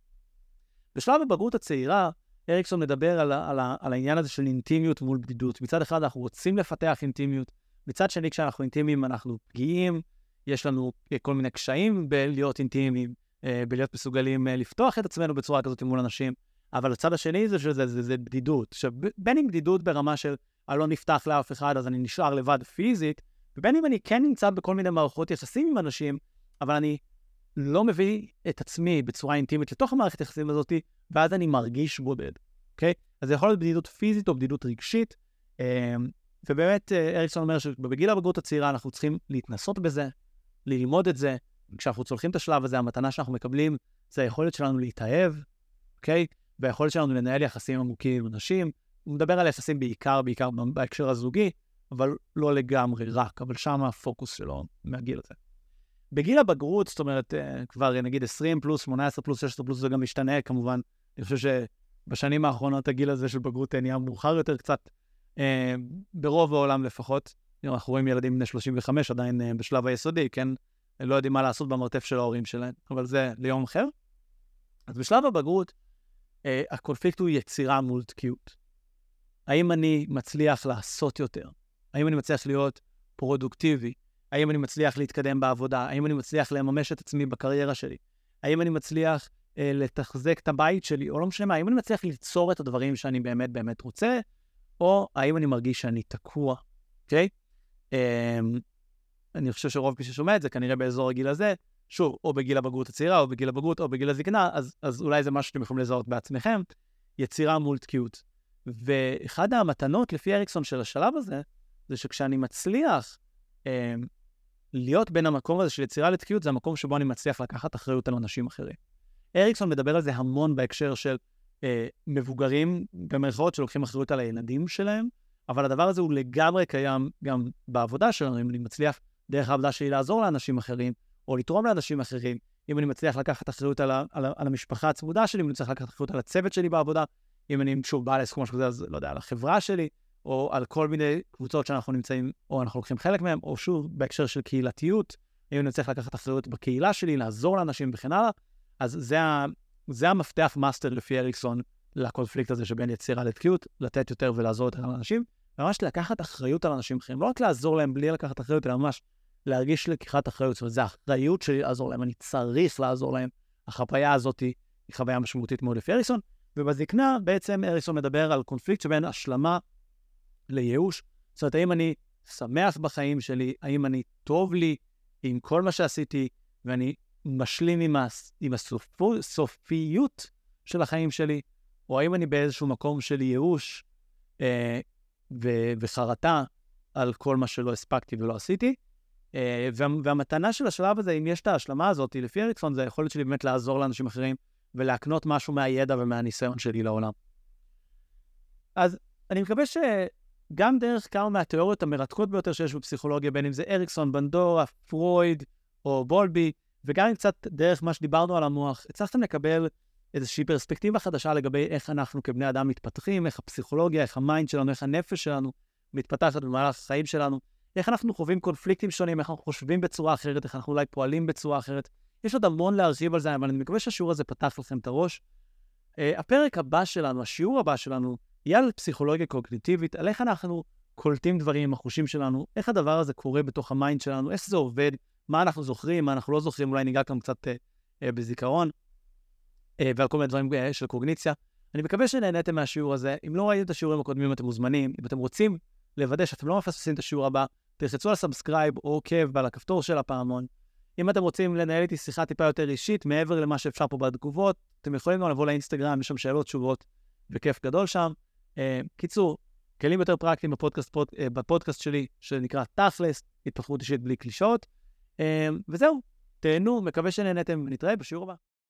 בשלב הבגרות הצעירה, אריקסון מדבר על העניין הזה של אינטימיות מול בדידות. מצד אחד אנחנו רוצים לפתח אינטימיות, מצד שני כשאנחנו אינטימיים אנחנו פגיעים, יש לנו כל מיני קשיים בלהיות אינטימיים, בלהיות מסוגלים לפתוח את עצמנו בצורה כזאת מול אנשים, אבל הצד השני זה בדידות. בין אם בדידות ברמה של אני לא נפתח לאף אחד אז אני נשאר לבד פיזית, ובין אם אני כן נמצא בכל מיני מערכות יחסים עם אנשים, אבל אני לא מביא את עצמי בצורה אינטימית לתוך המערכת היחסים הזאת, ואז אני מרגיש בודד, אוקיי? אז זה יכול להיות בדידות פיזית או בדידות רגשית, ובאמת אריקסון אומר שבגיל הבגרות הצעירה אנחנו צריכים להתנסות בזה, ללמוד את זה, כשאנחנו צולחים את השלב הזה, המתנה שאנחנו מקבלים, זה היכולת שלנו להתאהב, אוקיי? והיכולת שלנו לנהל יחסים עמוקים עם אנשים, הוא מדבר על יחסים בעיקר בהקשר הזוגי, אבל לא לגמרי רק, אבל שם הפוקוס שלו מהגיל הזה. בגיל הבגרות, זאת אומרת, כבר נגיד 20 פלוס, 18 פלוס, 16 פלוס, זה גם משתנה כמובן. אני חושב שבשנים האחרונות הגיל הזה של בגרות נהיה מאוחר יותר קצת, ברוב העולם לפחות. אנחנו רואים ילדים בני 35 עדיין בשלב היסודי, כן? לא יודעים מה לעשות במרתף של ההורים שלהם, אבל זה ליום אחר. אז בשלב הבגרות, הקונפליקט הוא יצירה מול תקיעות. האם אני מצליח לעשות יותר? האם אני מצליח להיות פרודוקטיבי? האם אני מצליח להתקדם בעבודה? האם אני מצליח לממש את עצמי בקריירה שלי? האם אני מצליח לתחזק את הבית שלי? או לא משנה מה, האם אני מצליח ליצור את הדברים שאני באמת באמת רוצה? או האם אני מרגיש שאני תקוע? אוקיי? אני חושב שרוב מי ששומע את זה, כנראה באזור הגיל הזה, שוב, או בגיל הבגרות הצעירה, או בגיל הבגרות, או בגיל הזקנה, אז אולי זה משהו שאתם יכולים לזהות בעצמכם, יצירה מול תקיעות. ואחד המתנות לפי אריקסון של השלב הזה, זה שכשאני מצליח להיות בין המקום הזה של יצירה לתקיעות, זה המקום שבו אני מצליח לקחת אחריות על אנשים אחרים. אריקסון מדבר על זה המון בהקשר של מבוגרים, במרכאות שלוקחים אחריות על הילדים שלהם, אבל הדבר הזה הוא לגמרי קיים גם בעבודה שלנו, אם אני מצליח דרך העבודה שלי לעזור לאנשים אחרים, או לתרום לאנשים אחרים, אם אני מצליח לקחת אחריות על המשפחה הצמודה שלי, אם אני מצליח לקחת אחריות על הצוות שלי בעבודה, אם אני שוב בא לעסק משהו כזה, אז לא יודע, על החברה שלי, או על כל מיני קבוצות שאנחנו נמצאים, או אנחנו לוקחים חלק מהם, או שוב בהקשר של קהילתיות, אם אני צריך לקחת אחריות בקהילה שלי, לעזור לאנשים וכן הלאה, אז זה המפתח מאסטר לפי אריקסון לקונפליקט הזה שבין יצירה לתקיעות, לתת יותר ולעזור יותר לאנשים, ממש לקחת אחריות על אנשים אחרים, לא רק לעזור להם בלי לקחת אחריות, אלא ממש להרגיש לקיחת אחריות, זאת אומרת, זה האחריות שלי לעזור להם, אני צריך לעזור להם, החוויה הזאת היא חוויה משמעותית מאוד לפי אריקסון, ובזקנה בעצם אריקסון מדבר על קונפליקט שבין השלמה לייאוש, זאת אומרת, האם אני שמח בחיים שלי, האם אני טוב לי עם כל מה שעשיתי, ואני משלים עם הסופיות של החיים שלי, או האם אני באיזשהו מקום של ייאוש וחרטה על כל מה שלא הספקתי ולא עשיתי, והמתנה של השלב הזה, אם יש את ההשלמה הזאת, לפי אריקסון, זה היכולת שלי באמת לעזור לאנשים אחרים, ולהקנות משהו מהידע ומהניסיון שלי לעולם. אז אני מקווה שגם דרך כמה מהתיאוריות המרתקות ביותר שיש בפסיכולוגיה, בין אם זה אריקסון, בנדורה, פרויד או בולבי, וגם אם קצת דרך מה שדיברנו על המוח, הצלחתם לקבל איזושהי פרספקטיבה חדשה לגבי איך אנחנו כבני אדם מתפתחים, איך הפסיכולוגיה, איך המיינד שלנו, איך הנפש שלנו מתפתחת במהלך החיים שלנו, איך אנחנו חווים קונפליקטים שונים, איך אנחנו חושבים בצורה אחרת, איך אנחנו אולי פועלים בצורה אחרת. יש עוד המון להרחיב על זה, אבל אני מקווה שהשיעור הזה פתח לכם את הראש. הפרק הבא שלנו, השיעור הבא שלנו, יהיה על פסיכולוגיה קוגניטיבית, על איך אנחנו קולטים דברים עם החושים שלנו, איך הדבר הזה קורה בתוך המיינד שלנו, איך זה עובד, מה אנחנו זוכרים, מה אנחנו לא זוכרים, אולי ניגע גם קצת בזיכרון, ועל כל מיני דברים של קוגניציה. אני מקווה שנהניתם מהשיעור הזה. אם לא ראיתם את השיעורים הקודמים, אתם מוזמנים. אם אתם רוצים לוודא שאתם לא מפספסים את השיעור הבא, תלחצו על סאבסקרייב או עוקב ועל הכפתור של הפעמון. אם אתם רוצים לנהל איתי שיחה טיפה יותר אישית, מעבר למה שאפשר פה בתגובות, אתם יכולים גם לבוא לאינסטגרם, יש שם שאלות, תשובות, וכיף גדול שם. קיצור, כלים יותר פרקטיים בפודקאסט שלי, שנקרא תכלס, התפתחות אישית בלי קלישאות. וזהו, תהנו, מקווה שנהניתם, נתראה בשיעור הבא.